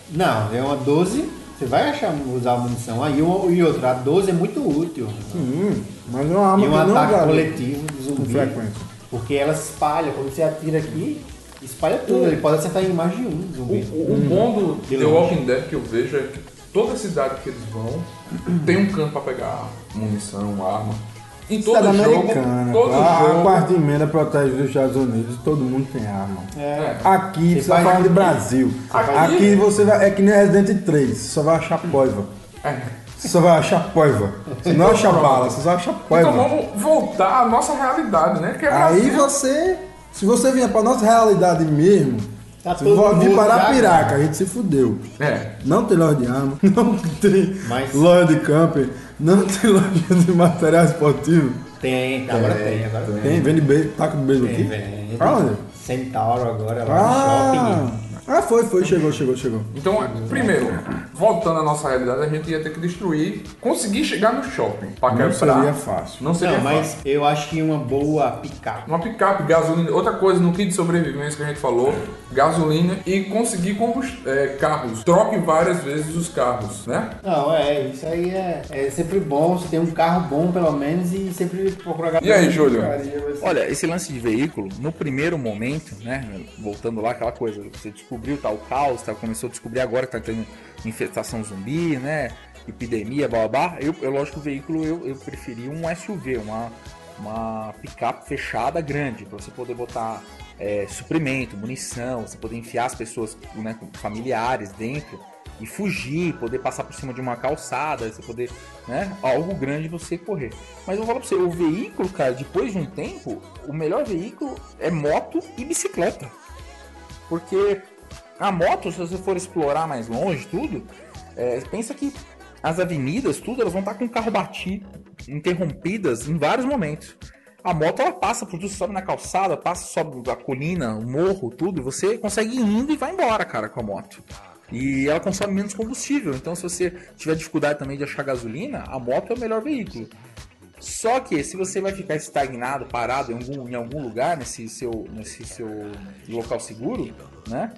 Não, é uma doze, você vai achar usar a munição. Aí o- e outra, a doze é muito útil. Sim, mas é uma arma E um que não ataque garante coletivo do com zumbi. frequência. Porque ela espalha, quando você atira aqui, espalha tudo. Ele pode acertar em mais de um O, zumbi. o- o bom do De The longe. Walking Dead que eu vejo é que toda cidade que eles vão tem um canto pra pegar munição, arma. Em todo Cidade jogo, americana. todo a, jogo. a quarta emenda protege os Estados Unidos, todo mundo tem arma. É. Aqui, Você você tá faz falando de aqui. Brasil. Aqui- Aqui você vai. É que nem Resident três, você só vai achar poiva. É. Você só vai achar poiva. Você não acha bala, você só acha poiva. Então vamos voltar à nossa realidade, né? Que é Aí Brasil. você. Se você vier pra nossa realidade mesmo, Tá se todo for vir mundo para já, Piraca, cara. a gente se fudeu. É. Não tem loja de arma, não tem Mas- loja de camping, não tem loja de material esportivo. Tem, agora tem, agora tem. Tem, vende beijo, taca de beijo Tem, aqui. vende. Aonde? Centauro agora, lá Ah, no shopping. ah, foi, foi, chegou, chegou, chegou. Então, primeiro, voltando à nossa realidade, a gente ia ter que destruir, conseguir chegar no shopping pra Não quebrar. seria fácil. Não seria Não, mas fácil. eu acho que uma boa picape. Uma picape, gasolina, outra coisa no kit de sobrevivência que a gente falou, gasolina e conseguir combust... é, carros. Troque várias vezes os carros, né? Não, é, isso aí é, é sempre bom, você tem um carro bom pelo menos e sempre procurar... E aí, Júlio? Olha, esse lance de veículo, no primeiro momento, né, voltando lá, aquela coisa, você descobriu tá, o caos, tá, começou a descobrir agora que tá tendo infestação zumbi, né, epidemia, blá blá blá, eu, eu lógico, o veículo, eu, eu preferi um S U V, uma, uma picape fechada grande, para você poder botar é, suprimento, munição, você poder enfiar as pessoas, né, com familiares dentro, e fugir, poder passar por cima de uma calçada, você poder, né, algo grande você correr. Mas eu vou falar pra você, o veículo, cara, depois de um tempo, o melhor veículo é moto e bicicleta. Porque a moto, se você for explorar mais longe, tudo, é, pensa que as avenidas, tudo, elas vão estar com o carro batido, interrompidas em vários momentos. A moto, ela passa por tudo, você sobe na calçada, passa, sobe a colina, o morro, tudo, e você consegue ir indo e vai embora, cara, com a moto. E ela consome menos combustível, então se você tiver dificuldade também de achar gasolina, a moto é o melhor veículo. Só que se você vai ficar estagnado, parado em algum, em algum lugar, nesse seu, nesse seu local seguro, né?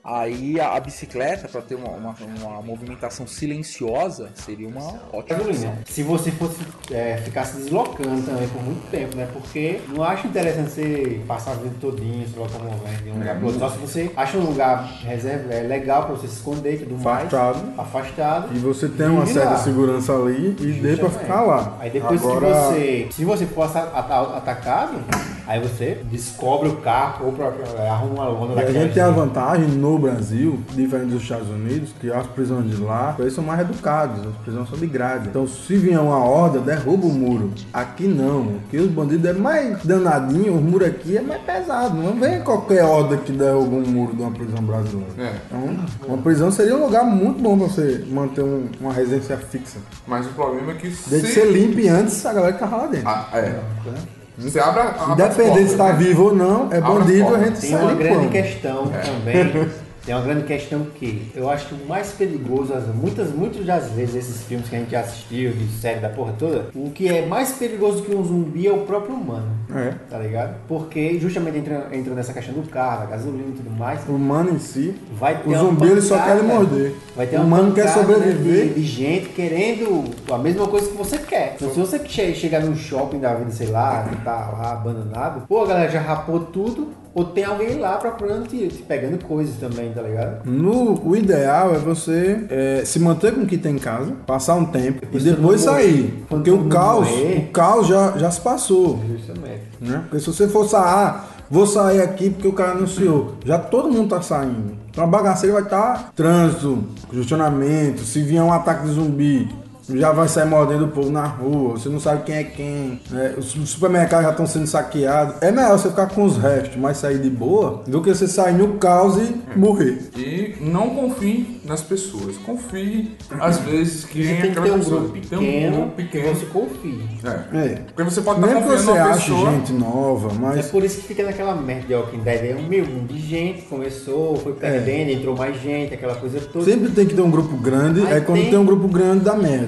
Aí a, a bicicleta, para ter uma, uma, uma movimentação silenciosa, seria uma ótima opção. Gasolina. Se você fosse é, ficar se deslocando também por muito tempo, né? Porque não acho interessante você passar a vida todinha se locomovendo de um lugar pro outro. Só se você acha um lugar reserva, é legal para você se esconder e tudo mais. Afastado. Afastado. E você tem uma E certa lá. segurança ali e dê pra Justamente. ficar lá. Aí depois Agora, que você. Se você for ata- ata- atacado, aí você descobre o carro ou pra- arruma uma lona E a daquela. gente tem a vantagem no Brasil, diferente dos Estados Unidos, que as prisões de lá, eles são mais educados, as prisões são de grade. Então se vier uma horda, derruba o muro. Aqui não, aqui os bandidos é mais danadinho, o muro aqui é mais pesado. Não vem qualquer horda que derruba um muro de uma prisão brasileira. É. Então, uma prisão seria um lugar muito bom pra você manter um- uma residência fixa. Mas o problema é que Desde se... ser limpo antes, a galera ficava lá dentro. Ah, é. Você abre a, abre as Independente se portas, tá né? vivo ou não, é Abre as bandido, a portas. gente Tem sai uma grande limpando. questão também. Tem uma grande questão que eu acho que o mais perigoso, as- muitas, muitas das vezes, esses filmes que a gente já assistiu, de série da porra toda, o que é mais perigoso que um zumbi é o próprio humano. É. Tá ligado? Porque justamente entra, entra nessa questão do carro, da gasolina e tudo mais. O humano em si, Vai ter o uma zumbi ele só pancada, quer morder. Vai ter O uma humano quer pancada, né, sobreviver. de, de gente querendo a mesma coisa que você quer. Então, se você che- chegar num shopping da vida, sei lá, que tá lá abandonado, pô, a galera já rapou tudo, ou tem alguém lá procurando te, te pegando coisas também, tá ligado? No, o ideal é você é, se manter com o que tem em casa, passar um tempo Depois e depois todo mundo sair. morrer. Quando Porque todo o mundo caos, morrer. o caos já, já se passou. Justamente. Né? Porque se você for sair, ah, vou sair aqui porque o cara anunciou, já todo mundo tá saindo. Então a bagaceira vai estar trânsito, congestionamento, se vier um ataque de zumbi, já vai sair mordendo o povo na rua, você não sabe quem é quem, né? Os supermercados já estão sendo saqueados. É melhor você ficar com os restos, mas sair de boa, do que você sair no caos e morrer. E não confie nas pessoas. Confie, às vezes, que Você tem que aquela ter um pessoa. grupo Tem pequeno, um grupo que pequeno. você confie. É. É. Porque você pode estar Mesmo que confiando você numa ache pessoa. gente nova, É mas por isso que fica naquela merda de Walking Dead. É um meio mundo de gente, começou, foi perdendo, entrou mais gente, aquela coisa toda. sempre tem que ter um grupo grande, Aí aí quando tem- tem um grupo grande dá merda.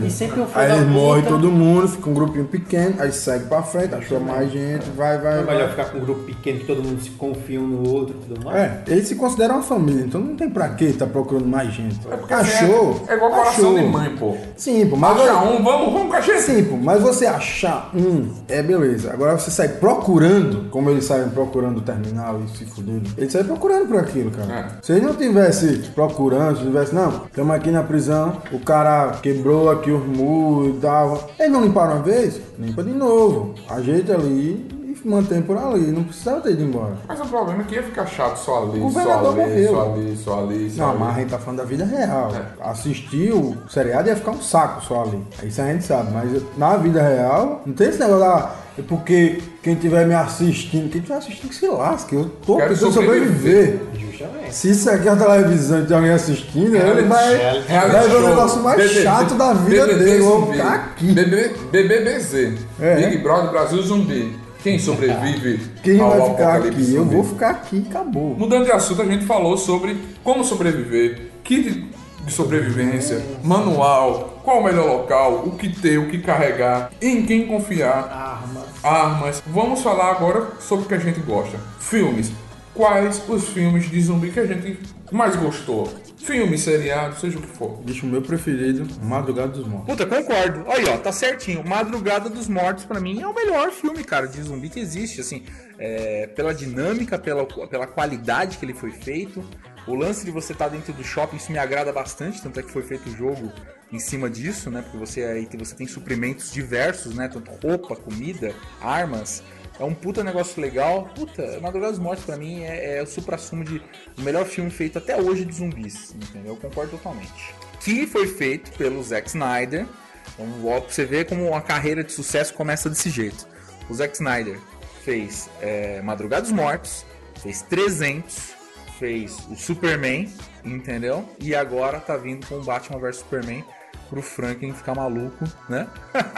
E sempre um filho Aí da eles morrem puta. todo mundo, fica um grupinho pequeno, aí segue pra frente, achou mais gente, vai, vai, É melhor vai. ficar com um grupo pequeno que todo mundo se confia um no outro e tudo mais. É, eles se consideram uma família, então não tem pra que tá procurando mais gente. É porque assim, Achou? É, é igual coração achou. de mãe, pô. Sim, pô, mas... Acha um, vamos, vamos com a gente. Sim, pô, mas você achar um, é beleza. Agora você sai procurando, como eles saem procurando o terminal e se fuderam. Eles saem procurando por aquilo, cara. É. Se eles não tivessem procurando, se tivesse, não, estamos aqui na prisão, o cara quebrou aqui os muros e tal. Eles não limparam uma vez? Limpa de novo. Ajeita ali e mantém por ali. Não precisava ter ido embora. Mas o problema é que ia ficar chato só ali, O só governador ali, morreu. só ali, só ali, só Não, ali. mas a gente tá falando da vida real. É. Assistir o seriado ia ficar um saco só ali. Isso a gente sabe, mas na vida real, não tem esse negócio lá. É porque quem estiver me assistindo, quem estiver assistindo que se lasque. Eu tô Quero tentando sobreviver. sobreviver. Justamente. Se isso aqui é uma televisão e tem alguém assistindo, ele Reality vai, show. vai ver o negócio mais B B B chato da vida B B B dele. Eu vou zumbi. ficar aqui. B B B Z. É. Big Brother Brasil Zumbi. Quem sobrevive Quem ao vai ficar apocalipse aqui? Eu zumbi? vou ficar aqui e acabou. Mudando de assunto, a gente falou sobre como sobreviver, kit de sobrevivência, manual, qual o melhor local, o que ter, o que carregar, em quem confiar, Armas. armas. Vamos falar agora sobre o que a gente gosta. Filmes. Quais os filmes de zumbi que a gente mais gostou? Filme, seriado, seja o que for. Bicho, o meu preferido, Madrugada dos Mortos. Puta, concordo. Aí, ó, tá certinho. Madrugada dos Mortos, pra mim, é o melhor filme, cara, de zumbi que existe. Assim, é, pela dinâmica, pela, pela qualidade que ele foi feito. O lance de você estar dentro do shopping, isso me agrada bastante. Tanto é que foi feito o jogo em cima disso, né? Porque você, aí, você tem suprimentos diversos, né? Tanto roupa, comida, armas. É um puta negócio legal. Puta, Madrugada dos Mortos pra mim é, é o supra-sumo de o melhor filme feito até hoje de zumbis, entendeu? Eu concordo totalmente. Que foi feito pelo Zack Snyder. Então, ó, pra você ver como uma carreira de sucesso começa desse jeito. O Zack Snyder fez é, Madrugada dos Mortos, fez trezentos, fez o Superman, entendeu? E agora tá vindo com o Batman versus Superman pro Franklin ficar maluco, né?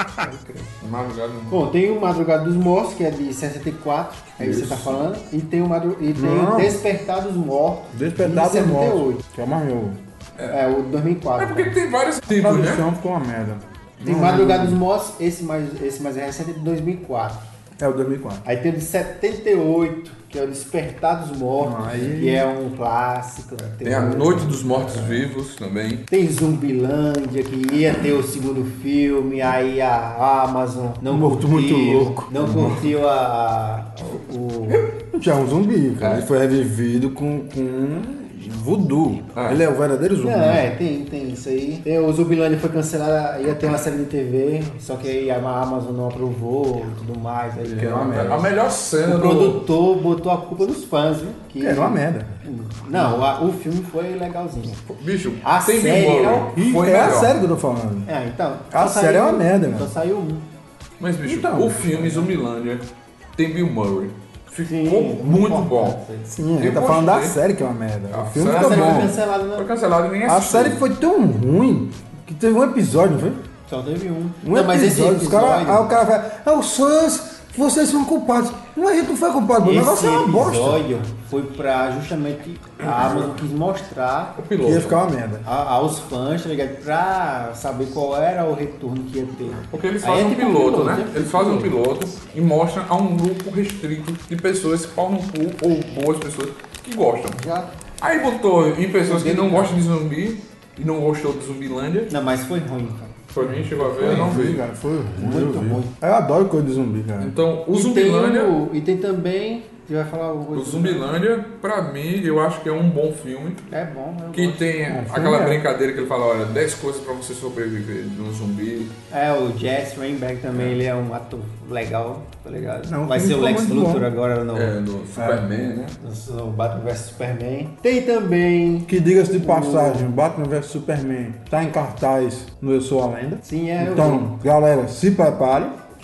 Madrugada. Bom, tem o Madrugada dos Mortos, que é de sessenta e quatro, aí Isso. você tá falando, e tem o, Madru... e tem Não. o Despertar dos Mortos, Despertar de dos setenta e oito. Mortos, que é o mais novo. É, o dois mil e quatro. É porque tem vários A tipos, né? tradução ficou uma merda. Tem Não, Madrugada dos Mortos, esse mais, esse mais recente é de dois mil e quatro. É o dois mil e quatro. Aí tem o de setenta e oito, que é o Despertar dos Mortos, Aí- que é um clássico. Né? Tem a Noite dos Mortos Vivos também. Tem Zumbilândia, que ia ter o segundo filme, aí a Amazon não Morto curtiu, muito louco. não curtiu a, a- o... Já é um zumbi, cara. É. Ele foi revivido com, com voodoo. É. Ele é o verdadeiro zumbi. Não, é, tem, tem isso aí. Tem, o Zumbilândia foi cancelado, ia ter uma série de T V, só que aí a Amazon não aprovou e tudo mais. Aí Que era uma merda. A melhor cena o do... produtor botou a culpa nos fãs, viu? Que... Era uma merda. Não, a- o filme foi legalzinho. Bicho, A tem série Bill é Murray. E Foi é a melhor. série que eu tô falando. É, então. A só série saiu- é uma merda, Só mano. saiu um. Mas, bicho, Então. o filme Zumbilândia tem Bill Murray. Ficou Sim, muito importante bom. isso aí. Sim, a gente Eu tá falando da gostei. série que é uma merda. A O filme série- A ficou série foi bom. cancelada, Foi não. cancelado e nem A assisti. série foi tão ruim que teve um episódio, não foi? Só teve um. Um não, mas esse episódio, os cara, episódio... aí o cara vai, ah, os fãs, vocês são culpados. Não, a gente não foi culpado, o Esse negócio é uma bosta. episódio foi pra justamente a Amazon quis mostrar O Que piloto. ia ficar uma merda. a- aos fãs, tá ligado? Pra saber qual era o retorno que ia ter. Porque eles Aí fazem é um tipo piloto, né? é Eles fazem um piloto e mostram a um grupo restrito de pessoas, pau no cu, ou boas pessoas, que gostam. Já... Aí botou em pessoas que não gostam de zumbi e não gostou de Zumbilândia. Não, mas foi ruim, cara. Foi mim, chegou a ver, eu não vi. Cara, foi ruim. Muito eu vi. ruim. Eu adoro coisa de zumbi, cara. Então, o E tem, Zumbilândia, o- e tem também... Você vai falar o... o Zumbilândia, pra mim, eu acho que é um bom filme. É bom, eu Que gosto. tem filme aquela é. brincadeira que ele fala, olha, dez coisas pra você sobreviver de um zumbi. É, o Jesse Rainback também, ele é um ator legal, tá ligado? Não, o Vai filme ser o ficou Lex muito Luthor bom. agora no, É, do Superman, né? no, no Batman versus Superman. Tem também... Que diga-se de passagem, Batman versus Superman tá em cartaz no Eu Sou a Lenda. Sim, é... Então, galera, se prepare,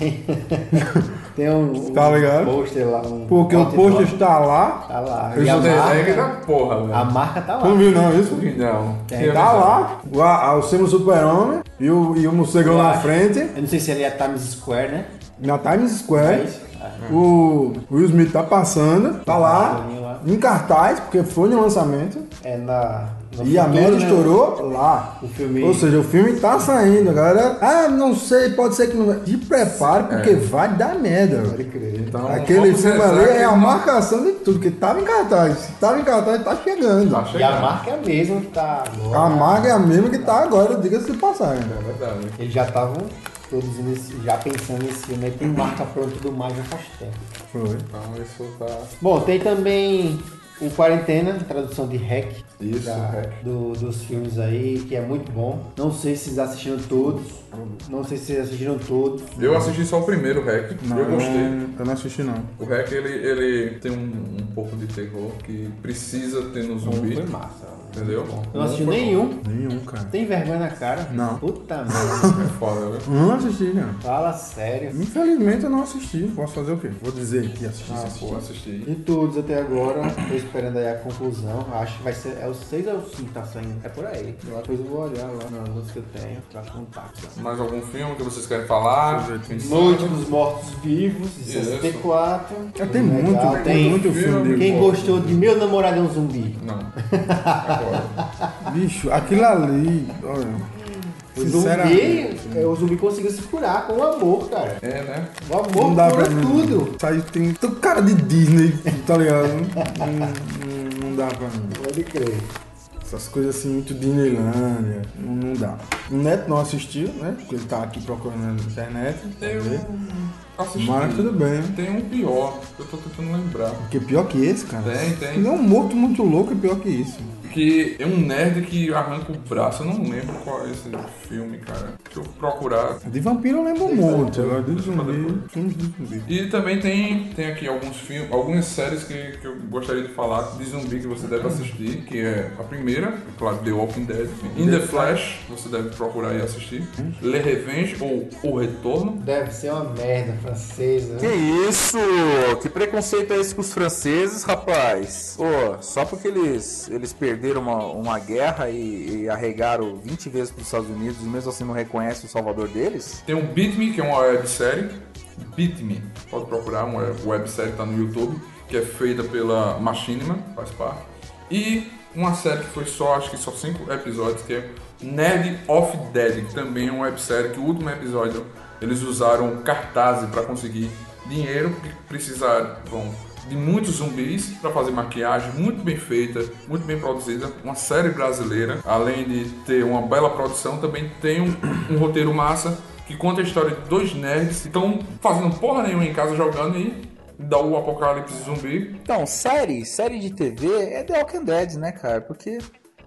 Tem um, Tá um ligado? pôster lá, um porque o outdoor. pôster está lá. Tá lá. Eu E a sou Easter egg marca, da porra, velho. a marca tá Tu não lá. viu não isso? Não. Tem, Tá lá, o, a, o Semo Super-Homem e o, e o morcegão Eu na acho. frente, Eu não sei se ele é Times Square, né? na Times É Square. isso? Ah, O Will Smith tá passando, tá lá, lá. em cartaz, porque foi no lançamento. É na, No E a futuro, média né? estourou lá. O filme- Ou seja, o filme tá saindo, a galera. Ah, não sei, pode ser que não vai. Se prepare, porque vai dar merda, Pode velho. crer. Então, Aquele vamos filme rezar ali que é a não- marcação de tudo, que tava em cartaz. Se tava em cartaz, tá chegando. Tá E a chegando. marca é a mesma que tá agora. A marca é a mesma que tá agora, diga-se de passagem. É verdade. Eles já estavam todos nesse- já pensando nesse filme, aí tem marca pronta e tudo mais já faz tempo. Foi. Então isso tá... Bom, tem também o Quarentena, tradução de Hack. Isso, da- Hack. do- dos filmes aí, que é muito bom. Não sei se vocês assistiram todos. Não sei se vocês assistiram todos. Eu assisti só o primeiro, o Hack. Não, Eu gostei. Eu não assisti, não. O Hack, ele, ele tem um, um pouco de terror que precisa ter no zumbi. Foi massa. Entendeu? Eu não assisti Um foi nenhum. Nenhum, cara. Tem vergonha na cara? Não. Puta merda. bom. É foda, viu? Não assisti, não. Fala sério. Infelizmente eu não assisti. Posso fazer o quê? Vou dizer que assisti. Ah, assisti. pô, assisti. De todos até agora, tô esperando aí a conclusão. Acho que vai ser. É o seis ou o cinco tá saindo? É por aí. Depois eu vou olhar lá nas outras que eu tenho pra contar. Mais algum filme que vocês querem falar? Deixa eu ver, tem Noite dos Mortos Vivos, de Isso. sessenta e quatro. É, tem muito, Legal. tem Tem. muito filme de Quem gostou de Meu Namorado é um Zumbi? Não. Agora. Bicho, aquilo ali, olha, O zumbi, sinceramente, é, o zumbi conseguiu se curar com o amor, cara. É, né? O amor não dá pra cura mim. tudo. Sai, tem todo cara de Disney, tá ligado? Não, não, não dá pra mim. Pode crer. Essas coisas assim, muito Disneylândia, não, não dá. O Neto não assistiu, né? Porque ele tá aqui procurando na internet. pra Eu ver. assisti. Mas tudo bem. Tem um pior, eu tô tentando lembrar. Porque pior que esse, cara. Tem, tem. Ele é um morto muito louco e pior que isso. Que é um nerd que arranca o braço. Eu não lembro qual é esse filme, cara. Deixa eu procurar. De vampiro eu lembro um monte, agora de zumbi, filmes de zumbi. E também tem, tem aqui alguns filmes, algumas séries que, que eu gostaria de falar de zumbi que você deve assistir, que é a primeira, claro, The Walking Dead. In the Flash, você deve procurar e assistir. Le Revenge, ou O Retorno. Deve ser uma merda francesa. Que isso? Que preconceito é esse com os franceses, rapaz? Pô, só porque eles, eles perderam uma, uma guerra e, e arregaram vinte vezes para os Estados Unidos e mesmo assim não reconhece o salvador deles? Tem o Beat Me, que é uma websérie. Beat Me, pode procurar, uma websérie que tá no YouTube, que é feita pela Machinima, faz parte. E uma série que foi só, acho que só cinco episódios, que é Nerd of Dead, que também é uma websérie que o último episódio eles usaram cartazes para conseguir dinheiro, porque precisaram de muitos zumbis para fazer maquiagem muito bem feita, muito bem produzida, uma série brasileira, além de ter uma bela produção, também tem um, um roteiro massa que conta a história de dois nerds que estão fazendo porra nenhuma em casa jogando e dá o apocalipse zumbi. Então, série, série de T V é The Walking Dead, né, cara? Porque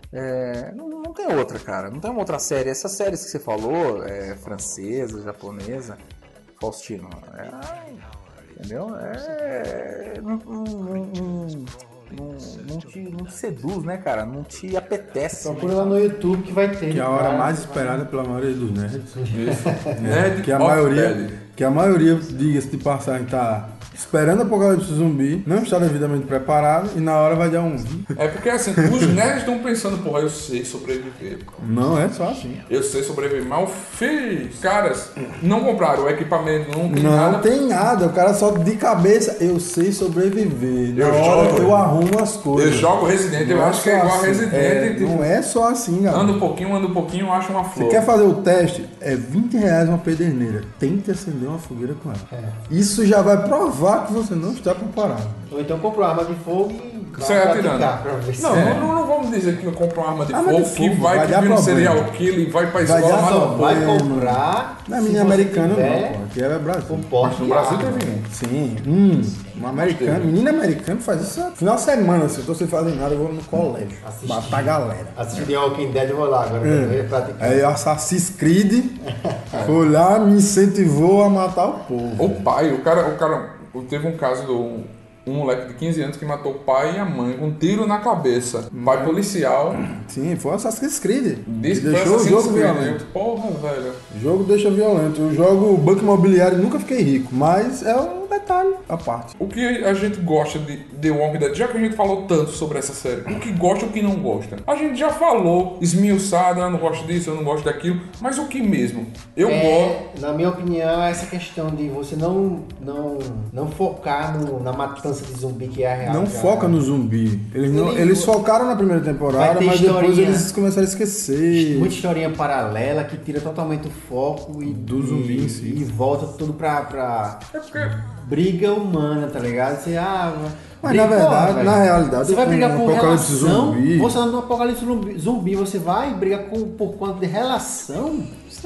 é, não, não tem outra, cara. Não tem uma outra série. Essas séries que você falou, é, francesa, japonesa, Faustino, é, entendeu? É, não, não, não, não, não te, não te seduz, né, cara? Não te apetece. Procura lá no YouTube que vai ter. Que é a hora cara. mais esperada pela maioria dos nerds. Isso. Nerd Que a of maioria, Dead. que a maioria, diga-se de passagem, tá esperando o apocalipse zumbi, não está devidamente preparado e na hora vai dar um. É porque assim, os nerds estão pensando, porra, eu sei sobreviver. Não é só assim. Eu sei sobreviver, mas eu fiz. Caras, não compraram o equipamento, não tem Não nada. tem nada, o cara só de cabeça, eu sei sobreviver. Na Eu hora jogo. eu arrumo as coisas. Eu jogo Resident, eu Não acho que é só igual a assim. Resident. É, tipo, não é só assim, galera. anda um pouquinho, anda um pouquinho, eu acho uma Você flor. quer fazer o teste? É vinte reais uma pederneira. Tente acender uma fogueira com ela. Isso já vai provar que você não está preparado. Ou então compra uma arma de fogo e Sai vai atirando. praticar pra ver se- Não, É. não, não vamos dizer que eu compro uma arma de Arma fogo, de que fogo, vai, vai que dar vira um problema. serial killer e vai pra Vai escola dar mas só- não Vai pode. comprar. Na se minha você americana tiver não, pô. Aqui é Brasil. um porte No de Brasil arma. teve um. Sim. Hum, uma americana, menina americana faz isso final de semana, assim, eu tô sem fazer nada, eu vou no colégio. Assistir. Matar a galera. Assistir The Walking Dead, eu vou lá agora. É. Ver, praticar. Aí Assassin's Creed foi lá, me incentivou a matar o povo. O pai, o cara, o cara, teve um caso do um moleque de quinze anos que matou o pai e a mãe com um tiro na cabeça. Pai policial. Sim, foi Assassin's Creed. Disse que deixou foi o Assassin's jogo Creed. violento. Porra, velho. O jogo deixa violento. Eu jogo Banco Imobiliário e nunca fiquei rico, mas é um detalhe. detalhe à parte. O que a gente gosta de The Walking Dead, já que a gente falou tanto sobre essa série, o que gosta e o que não gosta. A gente já falou, esmiuçado, eu não gosto disso, eu não gosto daquilo, mas o que mesmo? Eu É, gosto. na minha opinião, é essa questão de você não, não, não focar no- na matança de zumbi que é a real. Não que é a- foca no zumbi. Eles, não- Ele- eles focaram na primeira Vai temporada, ter mas depois historinha. eles começaram a esquecer. Muita historinha paralela que tira totalmente o foco e, Do zumbi e, em si. e volta tudo pra, pra É porque briga humana, tá ligado? Você, ah, Mas briga, na verdade, velho. na realidade, você vai com brigar o por apocalipse relação, zumbi- você anda no apocalipse zumbi, zumbi, você vai brigar com, por conta de relação?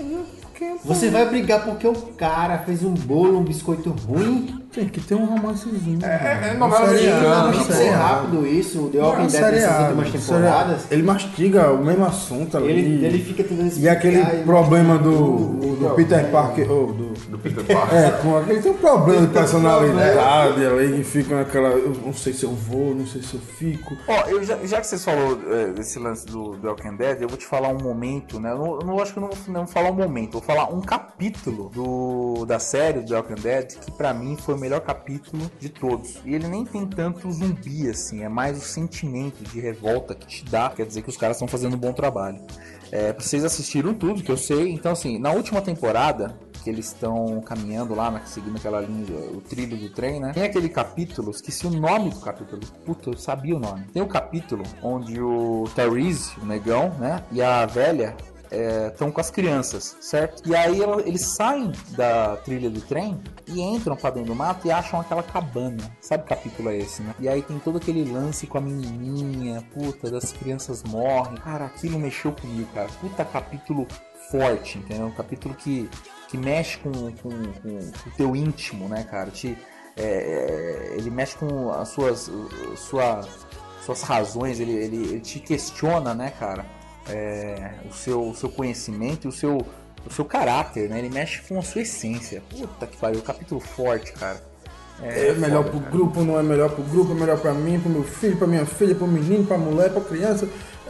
Você vai brigar porque o cara fez um bolo, um biscoito ruim? Tem que ter um romancezinho. é Um novela seriado, mexicana, Não, não tem que sei. ser rápido isso. O The É Walking um Dead nessas seriado, últimas um temporadas, seriado. Ele mastiga o mesmo assunto ali. ele, ele fica tentando E explicar. aquele e problema mostra do, tudo, do o Peter problema. Parker. Oh, do, do Peter Parker. é, com aquele tem um problema de Tem um personalidade ali que fica naquela. Eu não sei se eu vou, não sei se eu fico. Ó, eu já, já que vocês falou é, desse lance do, do Walking Dead, eu vou te falar um momento, né? Eu não, eu não acho que eu não vou não vou falar um momento, eu vou falar um capítulo do, da série do Walking Dead que pra mim foi o melhor capítulo de todos. E ele nem tem tanto zumbi assim, é mais o sentimento de revolta que te dá, quer dizer que os caras estão fazendo um bom trabalho. É, vocês assistiram tudo, que eu sei, então assim, na última temporada, que eles estão caminhando lá, na, seguindo aquela linha, o trilho do trem, né? Tem aquele capítulo, esqueci o nome do capítulo, puta, eu sabia o nome. Tem o capítulo onde o Therese, o negão, né, e a velha estão é, com as crianças, certo? E aí ela, eles saem da trilha do trem e entram pra dentro do mato e acham aquela cabana. Sabe que capítulo é esse, né? E aí tem todo aquele lance com a menininha, puta, das crianças morrem. Cara, aquilo mexeu comigo, cara. Puta capítulo forte, entendeu? Um capítulo que, que mexe com, com, com, com o teu íntimo, né, cara? Te, é, é, ele mexe com as suas, sua, suas razões, ele, ele, ele te questiona, né, cara? É, o, seu, o seu conhecimento e o seu, o seu caráter, né? Ele mexe com a sua essência. Puta que pariu, capítulo forte, cara. É, é melhor foda, pro cara. Grupo, não é melhor pro grupo, é melhor pra mim, pro meu filho, pra minha filha, pro menino, pra mulher, pra criança.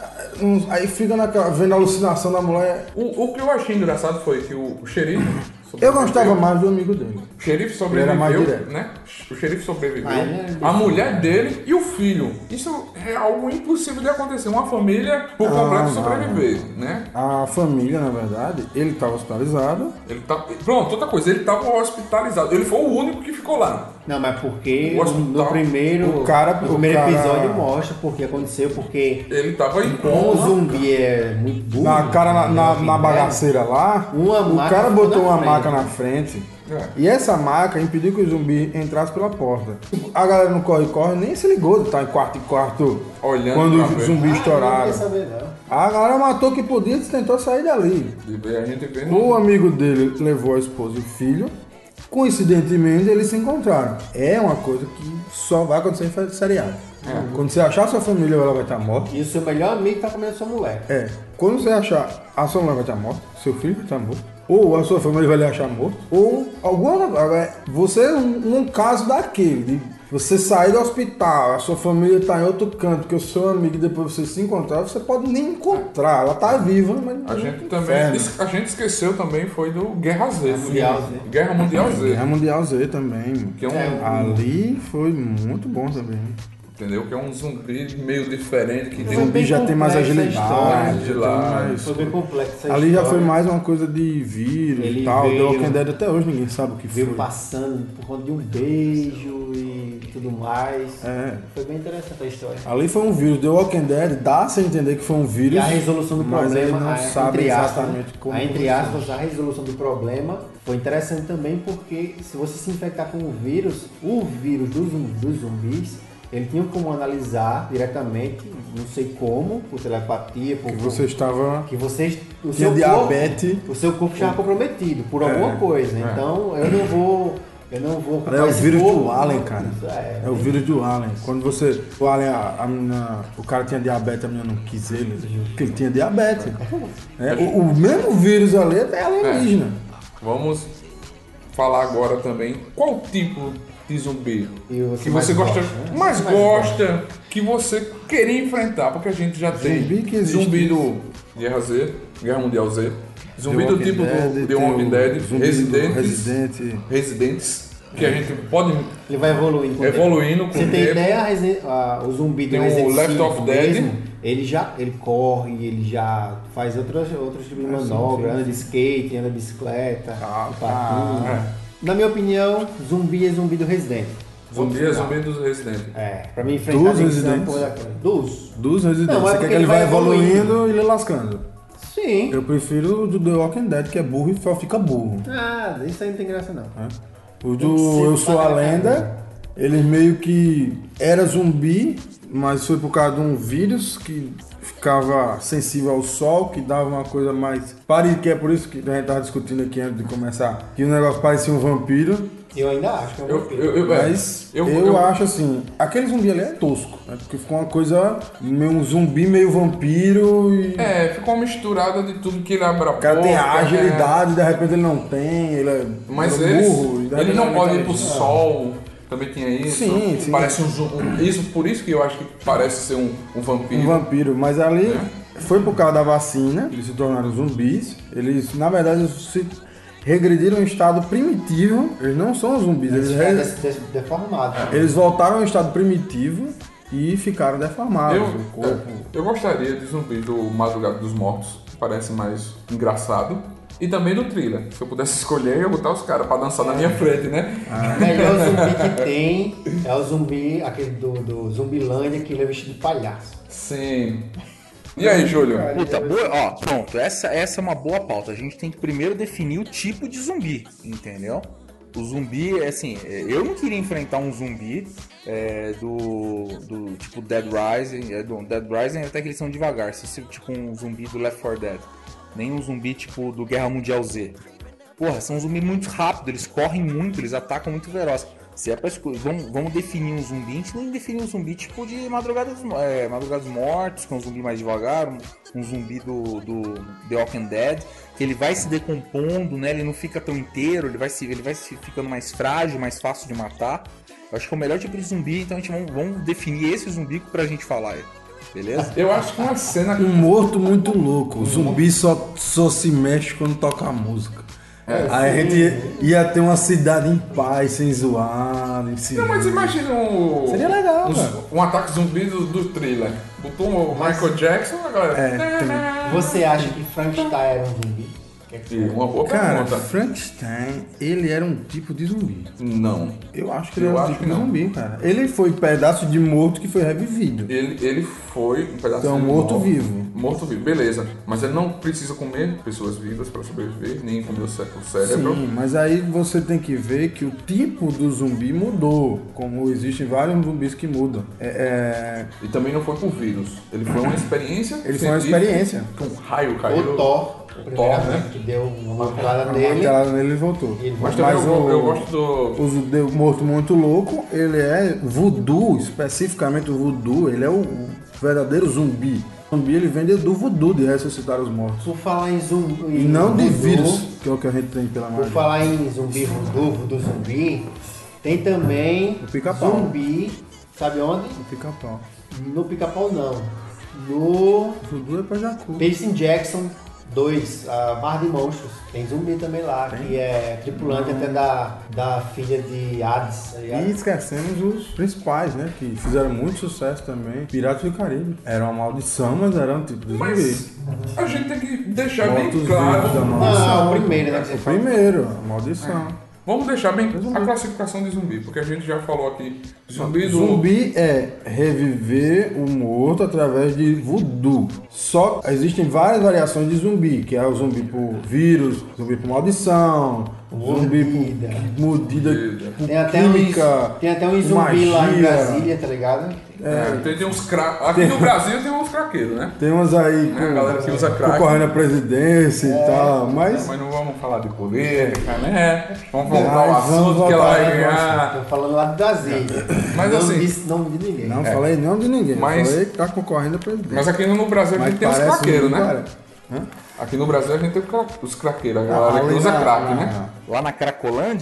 Aí fica naquela, vendo a alucinação da mulher. O, o que eu achei engraçado foi que o, o xerife... Eu gostava mais do amigo dele. O xerife sobreviveu, né? O xerife sobreviveu. Ah, é a mulher dele e o filho. Isso é algo impossível de acontecer. Uma família por completo Ah, sobreviver, né? A família, na verdade, ele estava hospitalizado. Ele tá... Pronto, outra coisa, ele estava hospitalizado. Ele foi o único que ficou lá. Não, mas porque O hospital- no primeiro, o cara- no primeiro o cara- episódio mostra porque aconteceu, porque Ele estava em como o coma. zumbi é muito burro, Na cara, na, na, né, na bagaceira lá, Uma o maca cara ficou botou na uma frente. maca na frente. É. E essa maca impediu que o zumbi entrasse pela porta. A galera no corre-corre nem se ligou de estar em quarto em quarto Olhando quando pra os ver. zumbis Ah, estouraram. não quer saber, não. A galera matou o que podia e tentou sair dali. De ver a gente vê. O amigo dele levou a esposa e o filho. Coincidentemente, eles se encontraram. É uma coisa que só vai acontecer em seriado. Quando você achar sua família, ela vai estar morta. E o seu melhor amigo tá comendo sua mulher. É. Quando você achar a sua mulher vai estar morta, seu filho vai estar morto, ou a sua família vai lhe achar morto, ou alguma. Agora, você é um, um caso daquele. De você sair do hospital, a sua família está em outro canto, porque o seu amigo, depois você se encontrar, você pode nem encontrar. Ela tá viva, mas. A gente também. Inferno. A gente esqueceu também foi do Guerra Z. Mundial Z. Guerra Mundial Z. Guerra Mundial Z também. Que é um, É, Ali foi muito bom também. entendeu? Que é um zumbi meio diferente que O tem Foi um zumbi bem já tem mais complexa a agilidade. história. já tem lá, mais- Foi bem complexo essa Ali já história. foi mais uma coisa de vírus Ele e tal. veio- The Walking Dead até hoje ninguém sabe o que foi. Veio passando por conta de um beijo e tudo mais. É. Foi bem interessante a história. Ali foi um vírus. The Walking Dead dá-se a entender que foi um vírus. E a resolução do mas ele problema, não a- sabe entre aspas, exatamente como. a, entre aspas, a resolução do problema foi interessante também porque se você se infectar com o vírus, o vírus dos, zum- dos zumbis, ele tinha como analisar diretamente, não sei como, por telepatia, por Que você estava. que você o Tinha seu diabetes. corpo, o seu corpo estava comprometido por alguma É, coisa. é. Então eu não vou eu não vou ocupar É o esse vírus corpo. do Allen, cara. É, É o vírus do Allen. Quando você. O Allen, a, a menina, o cara tinha diabetes, a menina não quis ele, porque ele tinha diabetes. É, o, o mesmo vírus ali é alienígena. Vamos falar agora também qual tipo de zumbi E você que mais você gosta, gosta, né? mais Você mais gosta, que você queria enfrentar, porque a gente já tem Zumbi que existe. zumbi do Guerra Z, Guerra Mundial Z, zumbi The do Walking tipo Dead, do The tem Walking o Dead, zumbi do Residentes, Resident. Residentes, que a gente pode Ele vai evoluindo. com o tempo. evoluindo com Você o tem tempo. ideia, a Resi- a- o zumbi do Tem o Resident Left cinco of Dead. mesmo, ele já ele corre, ele já faz outros, outros tipos de manobra, anda de skate, anda de bicicleta, Ah, de patins. é. Na minha opinião, zumbi é zumbi do Resident. Zumbi é zumbi dos Resident. É, pra mim enfrentar Dos tem que ser uma Residentes? porra daquela. Dos? Dos Residentes. Não, mas Você quer porque que ele ele vai vai evoluindo evoluindo. e ele lascando. Sim. Eu prefiro o do The Walking Dead, que é burro e só fica burro. Ah, isso aí não tem graça não. O Tem que do ser Eu Sou a pra Lenda, caramba. ele meio que era zumbi, mas foi por causa de um vírus que ficava sensível ao sol, que dava uma coisa mais... Pare, que é por isso que a gente tava discutindo aqui antes de começar, que o negócio parecia um vampiro, Eu ainda acho que é um Eu, vampiro. eu, eu, é, mas eu, eu, eu- acho assim, aquele zumbi ali é tosco, né? Porque ficou uma coisa, meio um zumbi meio vampiro e... É, ficou uma misturada de tudo que ele abre a O cara boca, tem é. agilidade, de repente ele não tem, ele é Mas ele é eles, burro. e de ele repente não ele pode é ir pro inteligente. sol, também tinha isso. Sim, sim. Parece um, zu- um isso, por isso que eu acho que parece ser um, um vampiro. Um vampiro, mas ali É. foi por causa da vacina, eles se tornaram zumbis. Eles, na verdade, se regrediram em estado primitivo. Eles não são zumbis, eles, Eles ficaram re- des- des- deformados. eles voltaram ao estado primitivo e ficaram deformados. Eu, o corpo. é, eu gostaria de zumbi do Madrugada dos Mortos, que parece mais engraçado. E também do Thriller. Se eu pudesse escolher, eu ia botar os caras pra dançar na minha frente, né? O melhor zumbi que tem é o zumbi, aquele do, do Zumbilândia, que ele é vestido de palhaço. Sim. E aí, Júlio? Puta, boa, ó, pronto, essa, essa é uma boa pauta. A gente tem que primeiro definir o tipo de zumbi, entendeu? O zumbi, é assim, é, eu não queria enfrentar um zumbi é, do, do tipo Dead Rising, é, do Dead Rising até que eles são devagar, se fosse tipo um zumbi do Left four Dead, nem um zumbi tipo do Guerra Mundial Z. Porra, são zumbis muito rápidos, eles correm muito, eles atacam muito veloz. Se é pra escolher, vamos, vamos definir um zumbi, a gente nem definir um zumbi tipo de Madrugadas, é, Madrugadas Mortos, que é um zumbi mais devagar, um, um zumbi do, do The Walking Dead, que ele vai se decompondo, né? Ele não fica tão inteiro, ele vai, se, ele vai se ficando mais frágil, mais fácil de matar. Eu acho que é o melhor tipo de zumbi, então a gente vamos, vamos definir esse zumbi pra gente falar aí. Beleza? Eu acho que uma cena... Um morto muito louco. O zumbi só, só se mexe quando toca a música. Aí a gente ia, ia ter uma cidade em paz, sem zoar, em Não, mas imagina um... Seria legal, um, velho. um ataque zumbi do, do Thriller. Botou o Michael Jackson, a galera... É, Você acha que Frankenstein era um zumbi? Que é que- E uma boa Cara, pergunta. Frankenstein, ele era um tipo de zumbi. Não. Eu acho que ele Eu era um acho tipo que de não. zumbi, cara. Ele foi um pedaço de morto que foi revivido. Ele, ele foi um pedaço Então, de morto-vivo. Morto-vivo, beleza. Mas ele não precisa comer pessoas vivas para sobreviver, nem comer o cé- o cérebro. Sim, mas aí você tem que ver que o tipo do zumbi mudou. Como existem vários zumbis que mudam. É, E também não foi por vírus. Ele foi uma experiência. Ele foi uma científica, experiência. Que um raio caiu. O Thor, o Thor, primeiro né? que deu uma martelada é, nele. martelada nele e voltou. E ele Mas voltou. também eu, eu gosto do. O Zudeu Morto Muito Louco, ele é voodoo, especificamente o voodoo, ele é o o verdadeiro zumbi. O zumbi ele vem do voodoo de ressuscitar os mortos. Por falar em zumbi. E não de voodoo, vírus, que é o que a gente tem pela Por magia. falar em zumbi voodoo, voodoo zumbi, tem também O pica-pau. zumbi, sabe onde? Pica-pau. No pica-pau não. No Voodoo é pra Jacu. Percy Jackson dois, a Mar de Monstros. Tem zumbi também lá, que é tripulante até da, da filha de Hades, tá ligado? E esquecemos os principais, né? Que fizeram muito sucesso também. Piratas do Caribe. Era uma maldição, mas era um tipo de zumbi. Mas a gente tem que deixar bem Mortos claro. vivos da Não, maldição. o primeiro, né? Que você O fala. primeiro, a maldição. Vamos deixar bem a classificação de zumbi, porque a gente já falou aqui. Zumbi do. Zumbi é reviver o morto através de voodoo. Só que existem várias variações de zumbi, que é o zumbi por vírus, zumbi por maldição, zumbi Mordida. por mordida, por Tem até, química, uns, tem até um zumbi lá em magia. Brasília, tá ligado? É, tem, tem uns cra... Aqui no Brasil tem uns craqueiros, né? Tem umas aí É, a galera que usa crack. concorrendo à presidência e tal, mas Mas não vamos falar de política, né? Vamos Mas voltar ao vamos assunto que ela voltar vai ao ganhar. Tô falando lá de Brasília. Mas não assim- disse nome de ninguém. não falei não de ninguém. Mas- Falei que tá concorrendo à presidência. Mas aqui no Brasil a Mas gente tem os parece craqueiros, um né? cara. Hã? Aqui no Brasil a gente tem os cra- os craqueiros, a Ah, galera que ali usa na- crack, na- né? Lá na Cracolândia,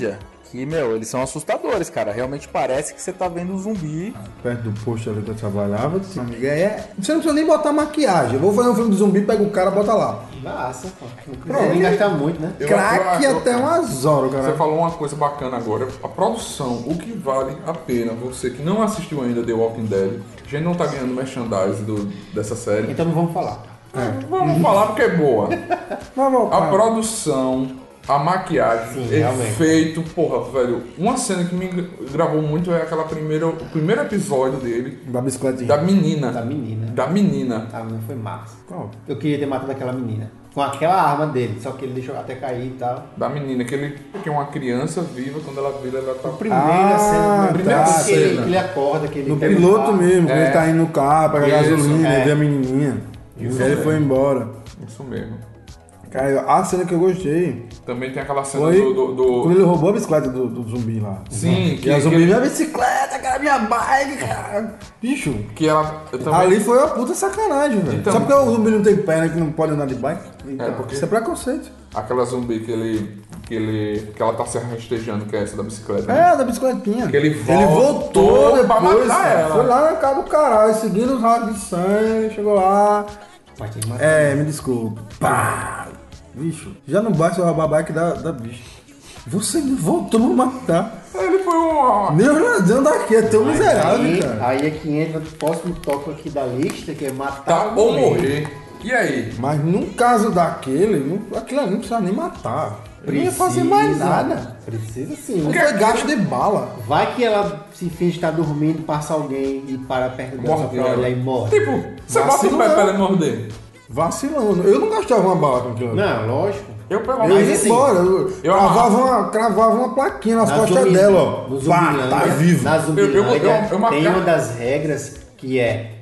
que, meu, eles são assustadores, cara. Realmente parece que você tá vendo um zumbi. Perto do posto ali que eu trabalhava, tinha uma amiga, é... Você não precisa nem botar maquiagem. Eu vou fazer um filme de zumbi, pega o cara, bota lá. Nossa, pô. Pronto. Nem gastar muito, né? Eu- Craque eu- eu- até umas horas, Você cara. falou uma coisa bacana agora. A produção, o que vale a pena, você que não assistiu ainda The Walking Dead, a gente não tá ganhando merchandise do, dessa série. Então não vamos falar. Vamos falar porque é boa. Vamos voltar. A produção, a maquiagem, Sim, realmente. efeito, porra, velho. Uma cena que me gravou muito é aquela primeira, o primeiro episódio dele, Da bicicletinha. da menina. Da menina. Da menina. A menina foi massa. Qual? Eu queria ter matado aquela menina. Com aquela arma dele, só que ele deixou até cair e tal. Da menina, que ele que é uma criança viva, quando ela vira, ela tá. Primeira Ah, cena, tá. primeira cena que ele, cena. que ele acorda, que ele No pega o piloto carro. mesmo, quando É. ele tá indo no carro, pega Isso, gasolina, é. e vê a menininha. E Isso ele mesmo. foi embora. Isso mesmo. Cara, a cena que eu gostei Também tem aquela cena foi do. do, do- quando ele roubou a bicicleta do, do zumbi lá. Sim, E que, a zumbi, que, minha bicicleta, cara, minha bike, cara. Bicho, que ela. Eu também, ali foi uma puta sacanagem, velho. Então- Sabe por que o zumbi não tem perna que não pode andar de bike? É, porque- Isso é preconceito. Aquela zumbi que ele. Que ele. Que ela tá se rastejando, que é essa da bicicleta. né? É, da bicicletinha. Que ele Ele voltou voltou pra depois, matar cara. ela. Foi lá na casa do caralho, seguindo os rastros de sangue, chegou lá. Mas tem que matar. É, me desculpa. Pá! Bicho, já não basta roubar a bike da, da bicha. Você ainda voltou pra matar. Ele foi um. Meu ladrão daqui é tão miserável, aí, cara. aí é que entra o próximo tópico aqui da lista, que é matar Tá ou morrer. E aí? Mas num caso daquele, não, aquilo ali não precisa nem matar. Ele não ia fazer mais nada. Precisa sim. Não foi gasto de bala. Vai que ela se finge estar dormindo, passa alguém e para perto dela só Morre pra ela. olhar e morre. Tipo, você bota o Vacilou. pé pra ele morder. Vacilando. Eu não gastava uma bala com aquilo ali. Não, lógico. Eu pelo Eu menos. ia assim, embora. Eu, eu cravava, amarro. uma, cravava uma plaquinha nas Na costas Zumbi- dela, ó. no Pá, Zumbilândia, tá vivo. Na Zumbilândia Eu- eu- eu- eu tem marcava- uma das regras que é,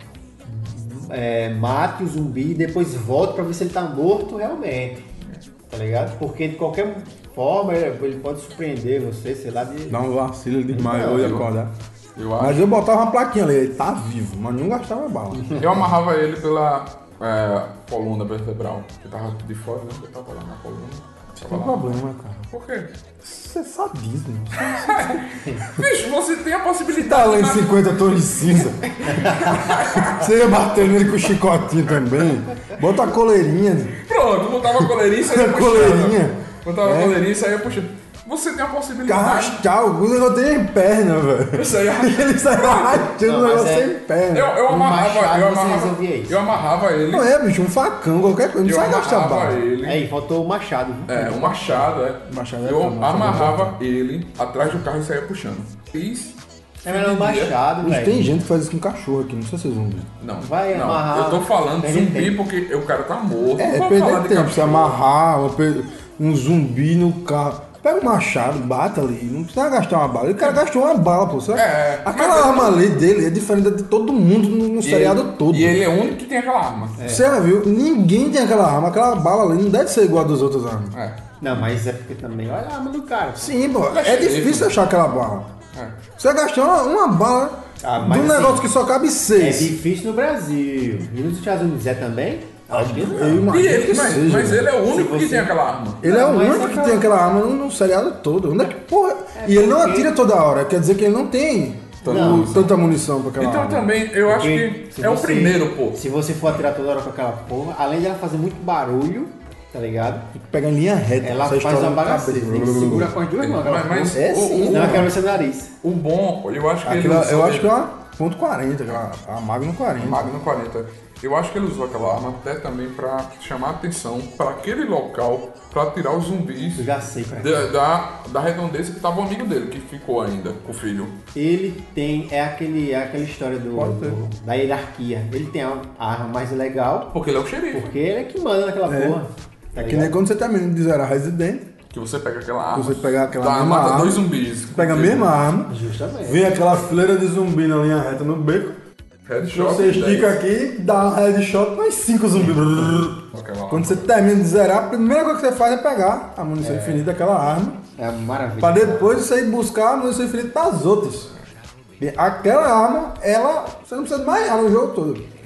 é mate o zumbi e depois volte pra ver se ele tá morto realmente. Tá ligado? Porque de qualquer forma ele, ele pode surpreender você, sei lá, de... Dá um vacilo, ele desmaiou Não, e eu- acordar. Eu acho. Mas eu botava uma plaquinha ali, ele tá vivo, mas não gastava bala. Eu amarrava ele pela é, coluna vertebral. Que tava de fora, né? Eu tava lá na coluna. Tava Tem lá. problema, cara. Por quê? Isso é sadismo. Bicho, você tem a Tá possibilidade lendo na- cinquenta tons de cinza. Você ia bater nele com o chicotinho também. Bota a coleirinha. Pronto, botava a coleirinha e saía puxando. Coleirinha. Botava a É. coleirinha e saía puxando. Você tem a possibilidade. Arrastar, o negócio tem perna, velho. Isso aí Ele sai arrastando Não, o mas negócio é- sem perna. Eu, eu Um amarrava, machado eu você amarrava, resolvia isso. eu amarrava ele. Não é, bicho, um facão, qualquer coisa. Não Eu precisa gastar amarrava bala. ele. Aí, faltou o machado. viu? É, um machado, é. Machado é eu bom, machado amarrava ele atrás do carro e saía puxando. Fiz. É melhor o machado, Bicho, velho. tem gente que faz isso com cachorro aqui, não sei se vocês vão ver. Não, Vai não. amarrar, Eu tô falando perde zumbi tempo. porque o cara tá morto. É, Não vou perder falar de tempo, cachorro. você amarrar uma pe- um zumbi no carro. Pega o machado, bate ali, não precisa gastar uma bala. O cara gastou uma bala, pô. Sabe? É, Aquela mas- arma ali dele é diferente de todo mundo no, no E seriado ele- todo. E ele é o único que tem aquela arma. Você já viu? Ninguém tem aquela arma. Aquela bala ali não deve ser igual a das outras armas. É. Não, mas é porque também, olha a arma do cara. pô. Sim, pô. Mas É ele- difícil achar aquela bala. É. Você gastou uma, uma bala Ah, de mas um assim, negócio que só cabe É seis. difícil no Brasil. E nos Estados Unidos é também? Acho que não. Eu imagino E ele, que mas, seja, mas velho. ele é o único Se que você- tem aquela arma. Ele é Não, o mas único é que pra- tem aquela arma no, no seriado todo. Onde é que, porra? E ele não porque- atira toda hora. Quer dizer que ele não tem Não. o- tanta munição pra aquela Então arma. também, eu acho Porque que se é o você- primeiro, pô. Se você for atirar toda hora com aquela porra, além de ela fazer muito barulho, tá ligado? Tem que pegar em linha reta. Ela essa faz história uma no bagaceira. cabelo. Tem que segurar com as duas mãos. aquela Mas, mas porra. É o, sim. o- Senão ela quebra o seu nariz. o bom, eu acho que Aquilo, ele eu usou- acho que é uma ponto quarenta, aquela, a Magnum quarenta. Magno quarenta. Eu acho que ele usou aquela arma até também pra chamar atenção para aquele local, pra tirar os zumbis Eu já sei, cara. da, da, da redondeza que tava o amigo dele, que ficou ainda, o filho. Ele tem, é, aquele, é aquela história do, Pode ter. do- da hierarquia. Ele tem a a arma mais legal, Porque ele é o xerife. porque ele é que manda naquela É. porra. Tá É que ligado? nem quando você termina de zerar Resident, Que você pega aquela arma. você pega aquela dá, mesma mata arma, dois zumbis. pega a mesma arma, Justamente. vem aquela fileira de zumbi na linha reta no beco, Headshot. você estica aqui, dá um headshot, mais cinco zumbis. Aquela arma. Quando você termina de zerar, a primeira coisa que você faz é pegar a munição infinita daquela arma, É uma maravilha. pra depois você ir buscar a munição infinita das outras. E aquela arma, ela, você não precisa de mais nada no jogo todo.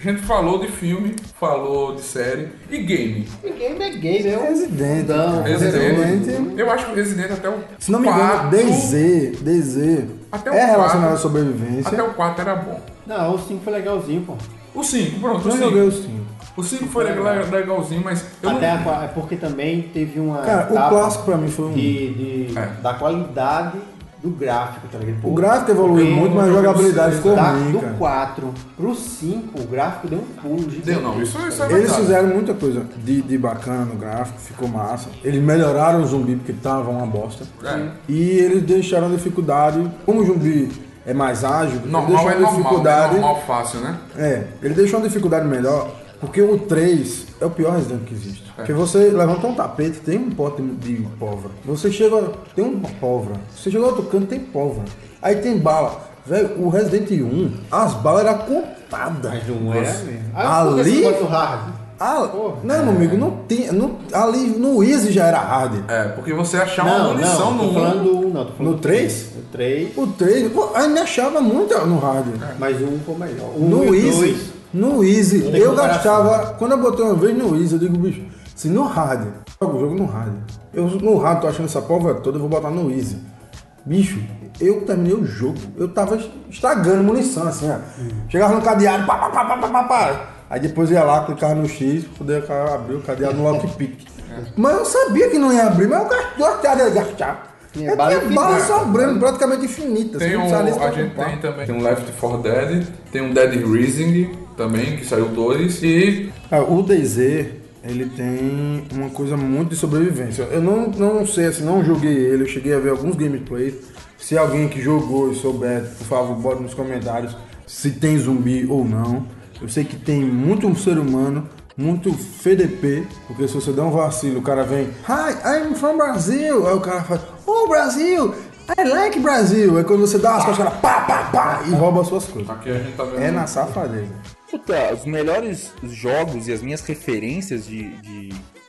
A gente falou de filme, falou de série e game. E game é game, é um Resident. Não, Resident. Resident. Eu acho que o Resident até o Se não me engano, quatro D Z, D Z Até o é relacionado quatro. à sobrevivência. Até o quatro era bom. Não, o cinco foi legalzinho, pô. O cinco, pronto, o Não joguei cinco. os cinco. O cinco foi legal, legalzinho, mas eu Até não... a, qua- é porque também teve uma Cara, o etapa clássico pra mim foi um. de, de- É. da qualidade do gráfico, tá ligado? O gráfico evoluiu Porque muito, mas a eu jogabilidade não ficou da, ruim, do cara. quatro pro cinco, o gráfico deu um pulo gigante. Deu não, isso, isso é Eles verdade. fizeram muita coisa de, de bacana no gráfico, ficou massa. Eles melhoraram o zumbi porque tava uma bosta. É. E eles deixaram a dificuldade, como o zumbi é mais ágil, ele Normal deixou é a normal, né? dificuldade. Normal fácil, né? É, ele deixou uma dificuldade melhor, porque o três é o pior Resident que existe. Porque você levanta um tapete, tem um pote de pólvora. Você chega, tem uma pólvora. Você chega ao outro canto, tem pólvora. Aí tem bala. Velho, o Resident um, as balas eram contadas. Mas não era mesmo. Ali- por que você bota o hard? Ah, Porra. não, meu amigo, não tinha. Não, ali no Easy já era hard. É, porque você achar uma Não, munição não, tô no falando um. do um, não. Tô falando No do três? No três, O três, pô, aí me achava muito no hard. mas o um foi melhor. O um No e o Easy, dois, no Easy, Não tem eu comparação. gastava. Quando eu botei uma vez no Easy, eu digo, bicho, se no hard, eu jogo o jogo no hard. Eu no hard tô achando essa pólvora toda, eu vou botar no Easy. Bicho, eu terminei o jogo, eu tava estragando munição, assim, ó. Chegava no cadeado, pá, pá, pá, pá, pá, pá, pá. Aí depois ia lá, clicava no X, poder abrir o cadeado no lockpick. Mas eu sabia que não ia abrir, mas eu gastava, eu gastava. Tinha Eu bala tinha bala infinita. sobrando, praticamente infinita. Tem você não um, precisava nem se a gente preocupar. tem também tem um Left four Dead, tem um Dead Rising também, que saiu dois, e Ah, o D Z, ele tem uma coisa muito de sobrevivência. Eu não, não sei, assim, não joguei ele, eu cheguei a ver alguns gameplays. Se alguém que jogou e souber, por favor, bota nos comentários se tem zumbi ou não. Eu sei que tem muito ser humano, muito F D P, porque se você der um vacilo, o cara vem, Hi, I'm from Brazil. Aí o cara faz, Oh, Brasil, I like Brasil. Aí quando você dá umas costas, o cara pá, pá, pá, e rouba as suas coisas. aqui a gente tá vendo... É na safadeza. Puta, os melhores jogos e as minhas referências de, de,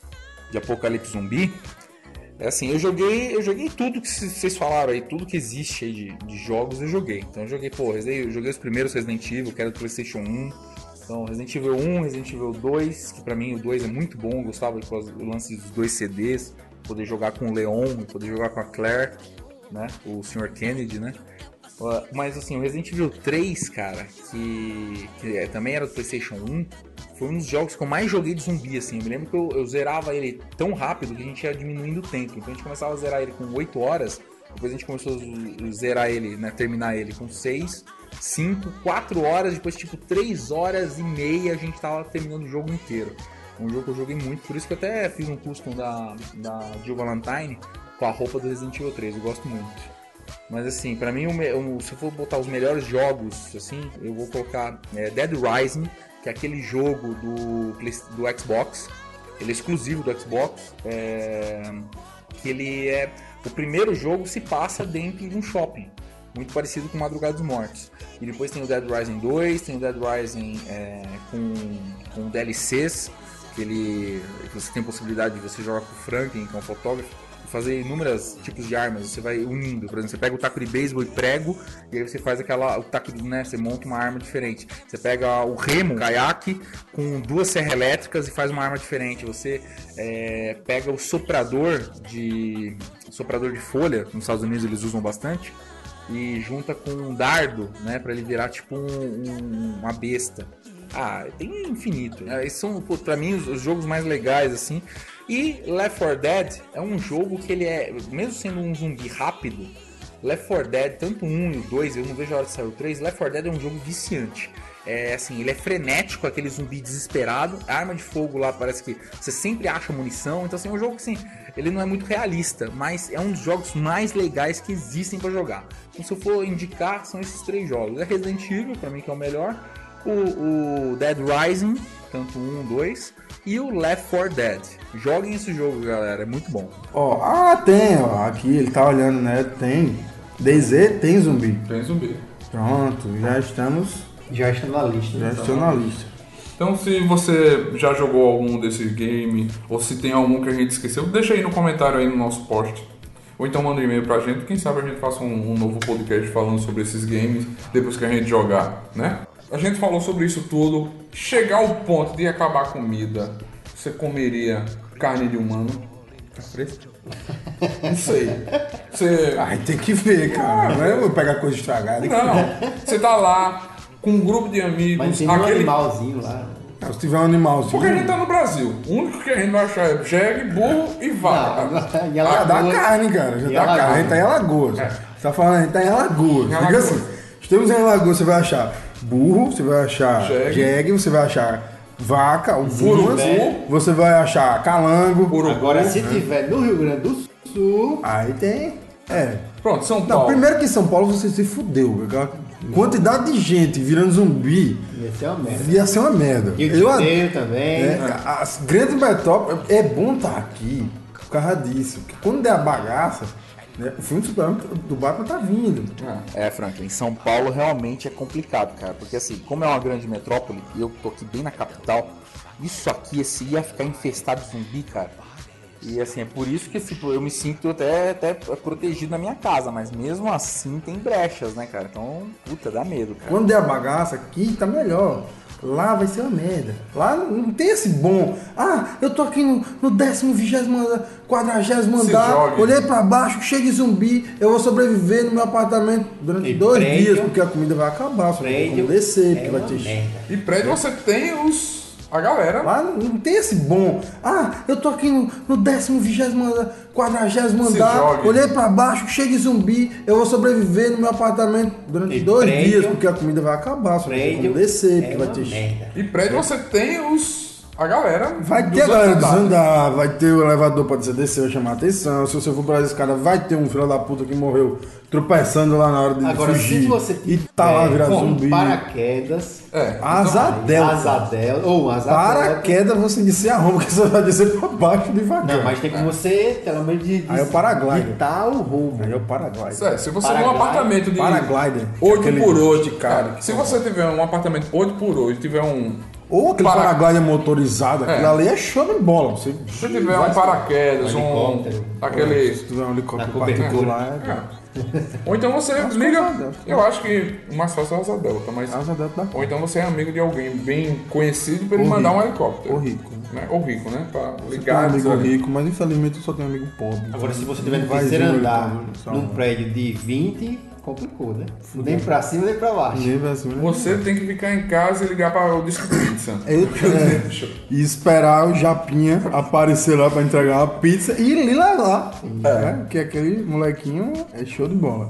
de Apocalipse Zumbi, é assim, eu joguei, eu joguei tudo que vocês falaram aí, tudo que existe aí de, de jogos eu joguei. Então eu joguei, pô, eu joguei os primeiros Resident Evil, que era do PlayStation um. Então Resident Evil um, Resident Evil dois, que pra mim o dois é muito bom, eu gostava do lance dos dois C Ds, poder jogar com o Leon, poder jogar com a Claire, né, o senhor Kennedy, né. Mas assim, o Resident Evil três, cara, que, que é, também era do PlayStation um, foi um dos jogos que eu mais joguei de zumbi, assim. Eu me lembro que eu, eu zerava ele tão rápido que a gente ia diminuindo o tempo. Então a gente começava a zerar ele com oito horas, depois a gente começou a zerar ele, né, terminar ele com seis, cinco, quatro horas, depois tipo três horas e meia a gente tava terminando o jogo inteiro. Um jogo que eu joguei muito, por isso que eu até fiz um custom da, da Jill Valentine com a roupa do Resident Evil três, eu gosto muito. Mas assim, pra mim, o, o, se eu for botar os melhores jogos, assim, eu vou colocar é, Dead Rising, que é aquele jogo do, do Xbox, ele é exclusivo do Xbox, é, que ele é... O primeiro jogo se passa dentro de um shopping, muito parecido com Madrugada dos Mortos. E depois tem o Dead Rising dois, tem o Dead Rising é, com, com D L Cs, que ele, você tem a possibilidade de você jogar com o Franklin, que é um fotógrafo, fazer inúmeros tipos de armas, você vai unindo, por exemplo, você pega o taco de beisebol e prego, e aí você faz aquela, o taco, né, você monta uma arma diferente. Você pega o remo, o caiaque, com duas serras elétricas e faz uma arma diferente. Você é, pega o soprador de, soprador de folha, nos Estados Unidos eles usam bastante, e junta com um dardo, né, pra ele virar tipo um, um, uma besta. Ah, tem infinito. Né? Esses são, pô, pra mim, os, os jogos mais legais, assim. E Left four Dead é um jogo que ele é, mesmo sendo um zumbi rápido, Left four Dead, tanto o um e o dois, eu não vejo a hora de sair o três, Left four Dead é um jogo viciante. É assim, ele é frenético, aquele zumbi desesperado, a arma de fogo lá parece que você sempre acha munição, então assim, é um jogo que assim, ele não é muito realista, mas é um dos jogos mais legais que existem pra jogar. Então se eu for indicar, são esses três jogos. É Resident Evil, pra mim que é o melhor, o, o Dead Rising, tanto o um, o dois, e o Left four Dead. Joguem esse jogo, galera, é muito bom. Ó, ah, tem, ó, aqui ele tá olhando, né? Tem. D Z tem zumbi. Tem zumbi. Pronto, já estamos. Já está na lista. Já então. estou na lista. Então, se você já jogou algum desses games, ou se tem algum que a gente esqueceu, deixa aí no comentário aí no nosso post. Ou então manda um e-mail pra gente, quem sabe a gente faça um, um novo podcast falando sobre esses games depois que a gente jogar, né? A gente falou sobre isso tudo. Chegar ao ponto de acabar a comida, você comeria carne de humano? Tá fresco? Não sei. Você... Ai, tem que ver, cara. Não é eu vou pegar coisa estragada. Não, você tá lá com um grupo de amigos. Mas tem um aquele... animalzinho lá. Se tiver um animalzinho. Porque a gente tá no Brasil. O único que a gente vai achar é jegue, burro e vaca. Não, e Já ela dá carne, cara. Já E dá Alagoas. carne. A gente tá em Alagoas. É. Você tá falando, a gente tá em Alagoas. Em Fica Alagoas. assim. Estamos em Alagoas, você vai achar burro, você vai achar Jegue. jegue, você vai achar vaca, algumas, Urubu. você vai achar calango. Urubu. Agora, se tiver no Rio Grande do Sul, Aí tem. É. Pronto, São Não, Paulo. primeiro que em São Paulo você se fudeu. Aquela quantidade de gente virando zumbi ia ser uma merda. ia ser uma merda. E o Eu, Dinheiro também. é, as grandes metrópoles, é bom estar aqui por causa disso. Porque quando der a bagaça, né, o filme do Superman do Batman tá vindo. É, Franklin, São Paulo realmente é complicado, cara. Porque assim, como é uma grande metrópole e eu tô aqui bem na capital, isso aqui esse ia ficar infestado de zumbi, cara. E assim, é por isso que tipo, eu me sinto até, até protegido na minha casa, mas mesmo assim tem brechas, né, cara? Então, puta, dá medo, cara. Quando der a bagaça, aqui tá melhor. Lá vai ser uma merda. Lá não tem esse bom. Ah, eu tô aqui no, no décimo, vigésimo, quadragésimo Se andar. jogue. Olhei pra baixo, cheio de zumbi. Eu vou sobreviver no meu apartamento durante E dois prédio. dias, porque a comida vai acabar. Só vai ter como Prédio descer, é porque vai uma ter. merda. E prédio você tem os... a galera. Lá não tem esse bom. Ah, eu tô aqui no, no décimo, vigésimo, andar, quadragésimo Se andar. jogue. Olhei pra baixo, cheio de zumbi. Eu vou sobreviver no meu apartamento durante E dois prédio. dias, porque a comida vai acabar. Só vai ter como Prédio descer, é porque vai uma ter. merda. E prédio você tem os... a galera. Vai dos ter a galera outros dos andares. andar, vai ter o elevador pra você descer, vai chamar a atenção. Se você for pra escada, vai ter um filho da puta que morreu tropeçando lá na hora de Agora, fugir. se você e tá lá virado com zumbi. paraquedas, É. Asa delta. asa delta, ou asa delta. Paraquedas você descer a romba, porque você vai descer pra baixo devagar. Não, mas tem que você, pelo menos, de, de, Aí é o paraglider. ditar o rumo. Aí é o paraglider. Sério, se você Paraglider. num apartamento de Paraglider. oito Aquele por oito, esticado. cara, se você tiver um apartamento oito por oito, tiver um... Ou aquele Para- paraglider motorizado, aquilo É. ali é show de bola. Você, Se você tiver um paraquedas, Um um... helicóptero. aquele... Se tiver um helicóptero Na cobertura. particular, é... Ou então você Acho que liga... é asa delta. Eu acho que o mais fácil é a asa delta, mas... Asa delta da Ou então você é amigo de alguém bem conhecido pra ele Ou mandar um rico. helicóptero. Ou rico. Né? Ou rico, né? Pra Tem um ligar... amigo dizer- rico, mas infelizmente eu só tenho amigo pobre. Agora, se você tiver no Vai terceiro vir um andar, helicóptero, só num um. prédio de vinte, complicou, né? Nem pra cima, nem pra baixo. Ninguém vai assim, né? Você tem que ficar em casa e ligar para o Disco Pizza. Eu, é, e esperar o Japinha aparecer lá pra entregar uma pizza e ir lá. É. Porque aquele molequinho é show de bola.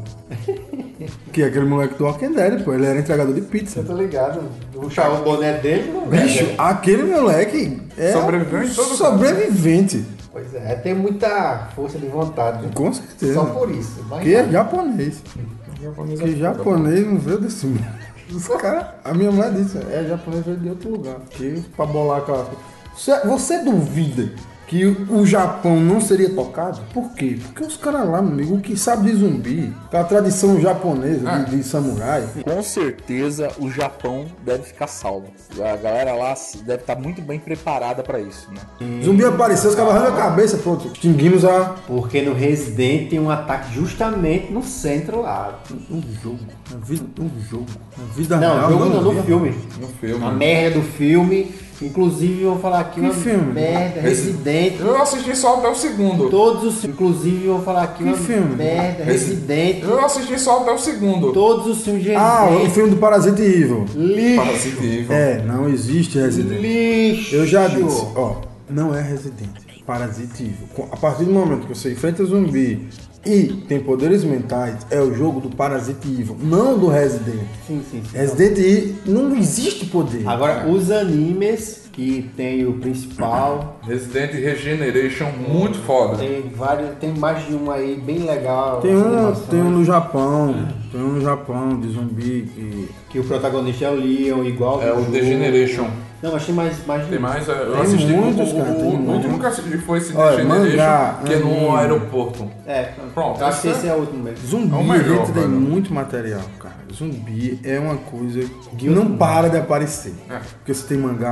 Que é aquele moleque do Walking Dead, pô. Ele era entregador de pizza. Eu tô ligado. Vou puxar o boné dele, não Bicho, aquele moleque é Sobreviveu em todo sobrevivente. Pois é, tem muita força de vontade. Com certeza. Só por isso. Mas Porque é japonês. Japonês é Porque foda. japonês não veio desse mundo. Os caras. A minha mulher disse, é japonês veio de outro lugar. Porque pra bolar aquela. Você, você duvida que o Japão não seria tocado? Por quê? Porque os caras lá, meu amigo, o que sabe de zumbi, aquela tradição japonesa de, de samurai. Com certeza o Japão deve ficar salvo. A galera lá deve estar muito bem preparada pra isso, né? Zumbi apareceu, os caras arrancam a cabeça, pronto. Extinguimos a. Porque no Resident tem um ataque justamente no centro lá. Um jogo. Na vida, um jogo. Na vida Não, real. jogo não, no vi. filme. No filme. A merda do filme. Inclusive, eu vou falar aqui Que uma filme? merda. Resident. Eu assisti só até o segundo. Todos os Inclusive, eu vou falar aqui Que uma filme? merda. Resident. Eu assisti só até o segundo. Todos os filmes de Ah, o Resident. filme do Parasite Evil. Lixo. Parasite Evil. É, não existe Resident. Lixo. Eu já disse, ó, não é Resident, Parasite Evil. Com- A partir do momento que você enfrenta zumbi e tem poderes mentais, é o jogo do Parasite Evil, não do Resident. Sim, sim, sim. Resident Evil não existe poder. Agora, os animes que tem o principal, Resident Regeneration, muito foda. tem vários, tem mais de um aí bem legal. Tem as um, animações, tem um no Japão, tem um no Japão de zumbi que... que o protagonista é o Leon, igual É do o jogo. Degeneration. Não, mas tem mais, mais de Tem um. mais? é, Eu Tem assisti muitos, o, cara, o, tem o muitos. último que assisti foi esse Olha, Degeneration, mangá, que é no anime. aeroporto. É, Pronto, eu acho que esse esse é o último mesmo. Zumbi, É o melhor, a gente tem velho. muito material, cara. Zumbi é uma coisa que não para de aparecer. É. Porque você tem mangá, você tem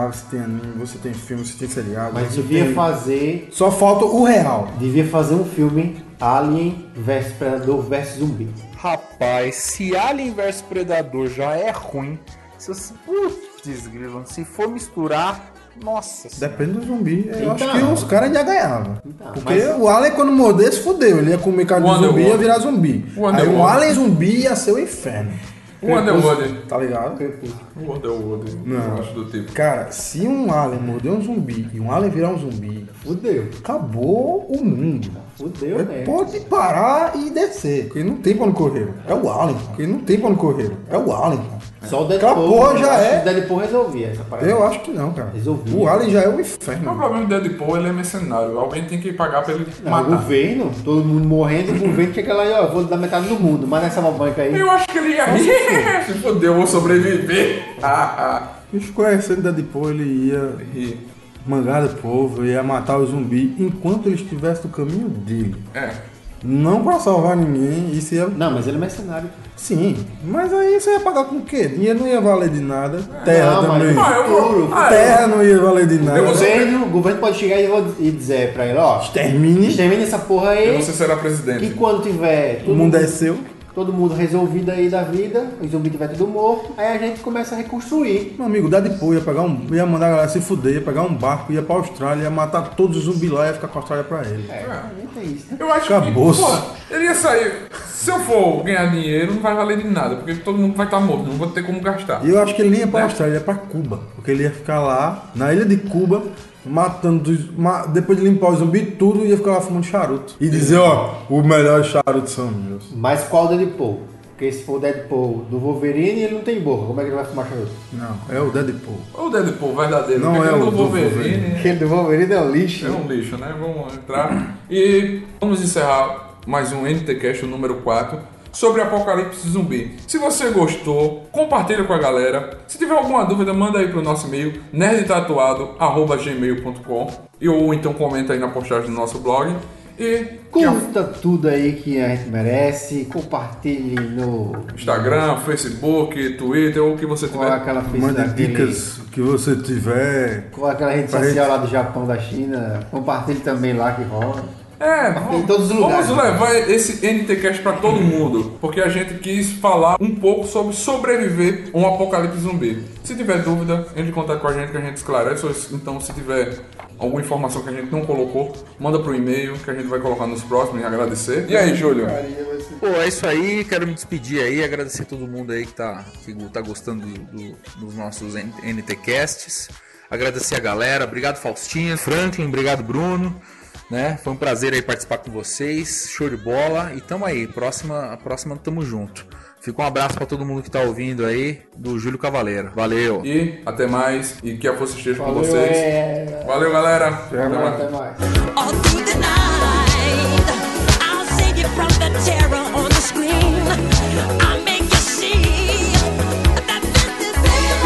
anime, você tem filme, você tem seriado. Mas você devia tem... fazer. Só falta o real. Devia fazer um filme Alien versus Predador versus Zumbi. Rapaz, se Alien versus Predador já é ruim, se você... Putz, grilo, se for misturar... Nossa senhora. Depende do zumbi. Eu Então. acho que os caras já ganhavam. Então, Porque mas- o Alien, quando mordesse, fudeu. Ele ia comer carne de O zumbi e ia Underworld. virar zumbi. O Aí o Underworld. Alien zumbi ia ser o inferno. O Underworld. Tá ligado? O Underworld. Não. Eu acho do tipo. Cara, se um Alien morder um zumbi e um Alien virar um zumbi, Fudeu. acabou o mundo. Fudeu, Ele né? pode parar e descer. Porque não tem pra onde correr. É o Alien. Porque não tem pra onde correr. É o Alien. Cara. Só o Aquela Deadpool. porra eu já acho é- que O Deadpool resolvia essa parada. Eu acho que não, cara. Resolvi. O Alien já é o O inferno. problema do Deadpool, ele é mercenário. Alguém tem que pagar pra ele Não, o matar. governo, todo mundo morrendo, o governo chega lá e ó, vou dar metade do mundo, mas nessa banca aí. Eu acho que ele ia rir. Se fodeu, eu vou sobreviver. Ah, ah. Bicho, conhecendo Deadpool, ele ia Ri. mangar do povo, ia matar o zumbi enquanto ele estivesse no caminho dele. É. Não pra salvar ninguém, isso ia... Não, mas ele é mercenário. Sim, mas aí você ia pagar com o quê? Dinheiro não ia valer de nada. Terra Não, mas- também. Ah, eu vou. Ouro. Ah, Terra não ia valer de nada. Eu O vou ser- governo, o governo pode chegar e vou- e dizer pra ele, ó, Extermine, extermina essa porra eu, aí, você será que presidente. quando tiver o todo mundo é seu. todo mundo resolvido aí da vida, o zumbi tiver tudo morto, aí a gente começa a reconstruir. Meu amigo, Deadpool ia pegar um... ia mandar a galera se fuder, ia pegar um barco, ia pra Austrália, ia matar todos os zumbis lá e ia ficar com a Austrália pra ele. É, nem tem isso. Eu acho Acabou-se. que, pô, ele ia sair. Se eu for ganhar dinheiro, não vai valer de nada, porque todo mundo vai estar morto, não vou ter como gastar. E eu acho que ele nem ia pra Austrália, ele ia pra Cuba. Porque ele ia ficar lá, na ilha de Cuba, matando... os- ma- depois de limpar os zumbis tudo, ia ficar lá fumando charuto. E dizer, ó, o melhor charuto são meus. Mas qual Deadpool? Porque se for o Deadpool do Wolverine, ele não tem boca. Como é que ele vai fumar charuto? Não, é o Deadpool. O Deadpool verdadeiro, Não porque é aquele o do do Wolverine Wolverine. Aquele do Wolverine é um lixo. é um lixo, né? Vamos entrar. E vamos encerrar mais um N T Cast, o número quatro, sobre Apocalipse Zumbi. Se você gostou, compartilha com a galera. Se tiver alguma dúvida, manda aí pro nosso e-mail, nerdtatuado arroba gmail ponto com, e ou então comenta aí na postagem do nosso blog. E Curta tudo aí que a gente merece. Compartilhe no Instagram, Facebook, Twitter, ou o que você com tiver. aquela face Mande daquele- dicas que você tiver. com aquela rede Pra social gente- lá do Japão, da China. Compartilhe também lá que rola. É, Em todos os lugares. vamos levar esse N T Cast pra todo mundo, porque a gente quis falar um pouco sobre sobreviver a um apocalipse zumbi. Se tiver dúvida, entre em contato com a gente que a gente esclarece, ou então se tiver alguma informação que a gente não colocou, manda pro e-mail que a gente vai colocar nos próximos e agradecer. E aí, Júlio? Pô, é isso aí, quero me despedir aí, agradecer a todo mundo aí que tá, que tá gostando do- do- dos nossos N T Casts. Agradecer a galera, obrigado Faustinha, Franklin, obrigado Bruno, né? Foi um prazer aí participar com vocês, show de bola, e tamo aí, próxima, a próxima tamo junto. Fica um abraço pra todo mundo que tá ouvindo aí, do Júlio Cavaleiro. Valeu! E até mais, e que a força esteja com Valeu, vocês. é... Valeu, galera! Até mais. Até mais. All through the night, I'll save you from the terror on the screen. I'll make you see that this is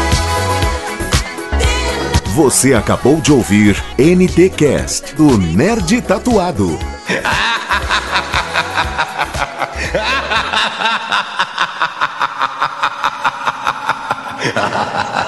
it. Você acabou de ouvir N T Cast do Nerd Tatuado. Ha ha ha ha ha!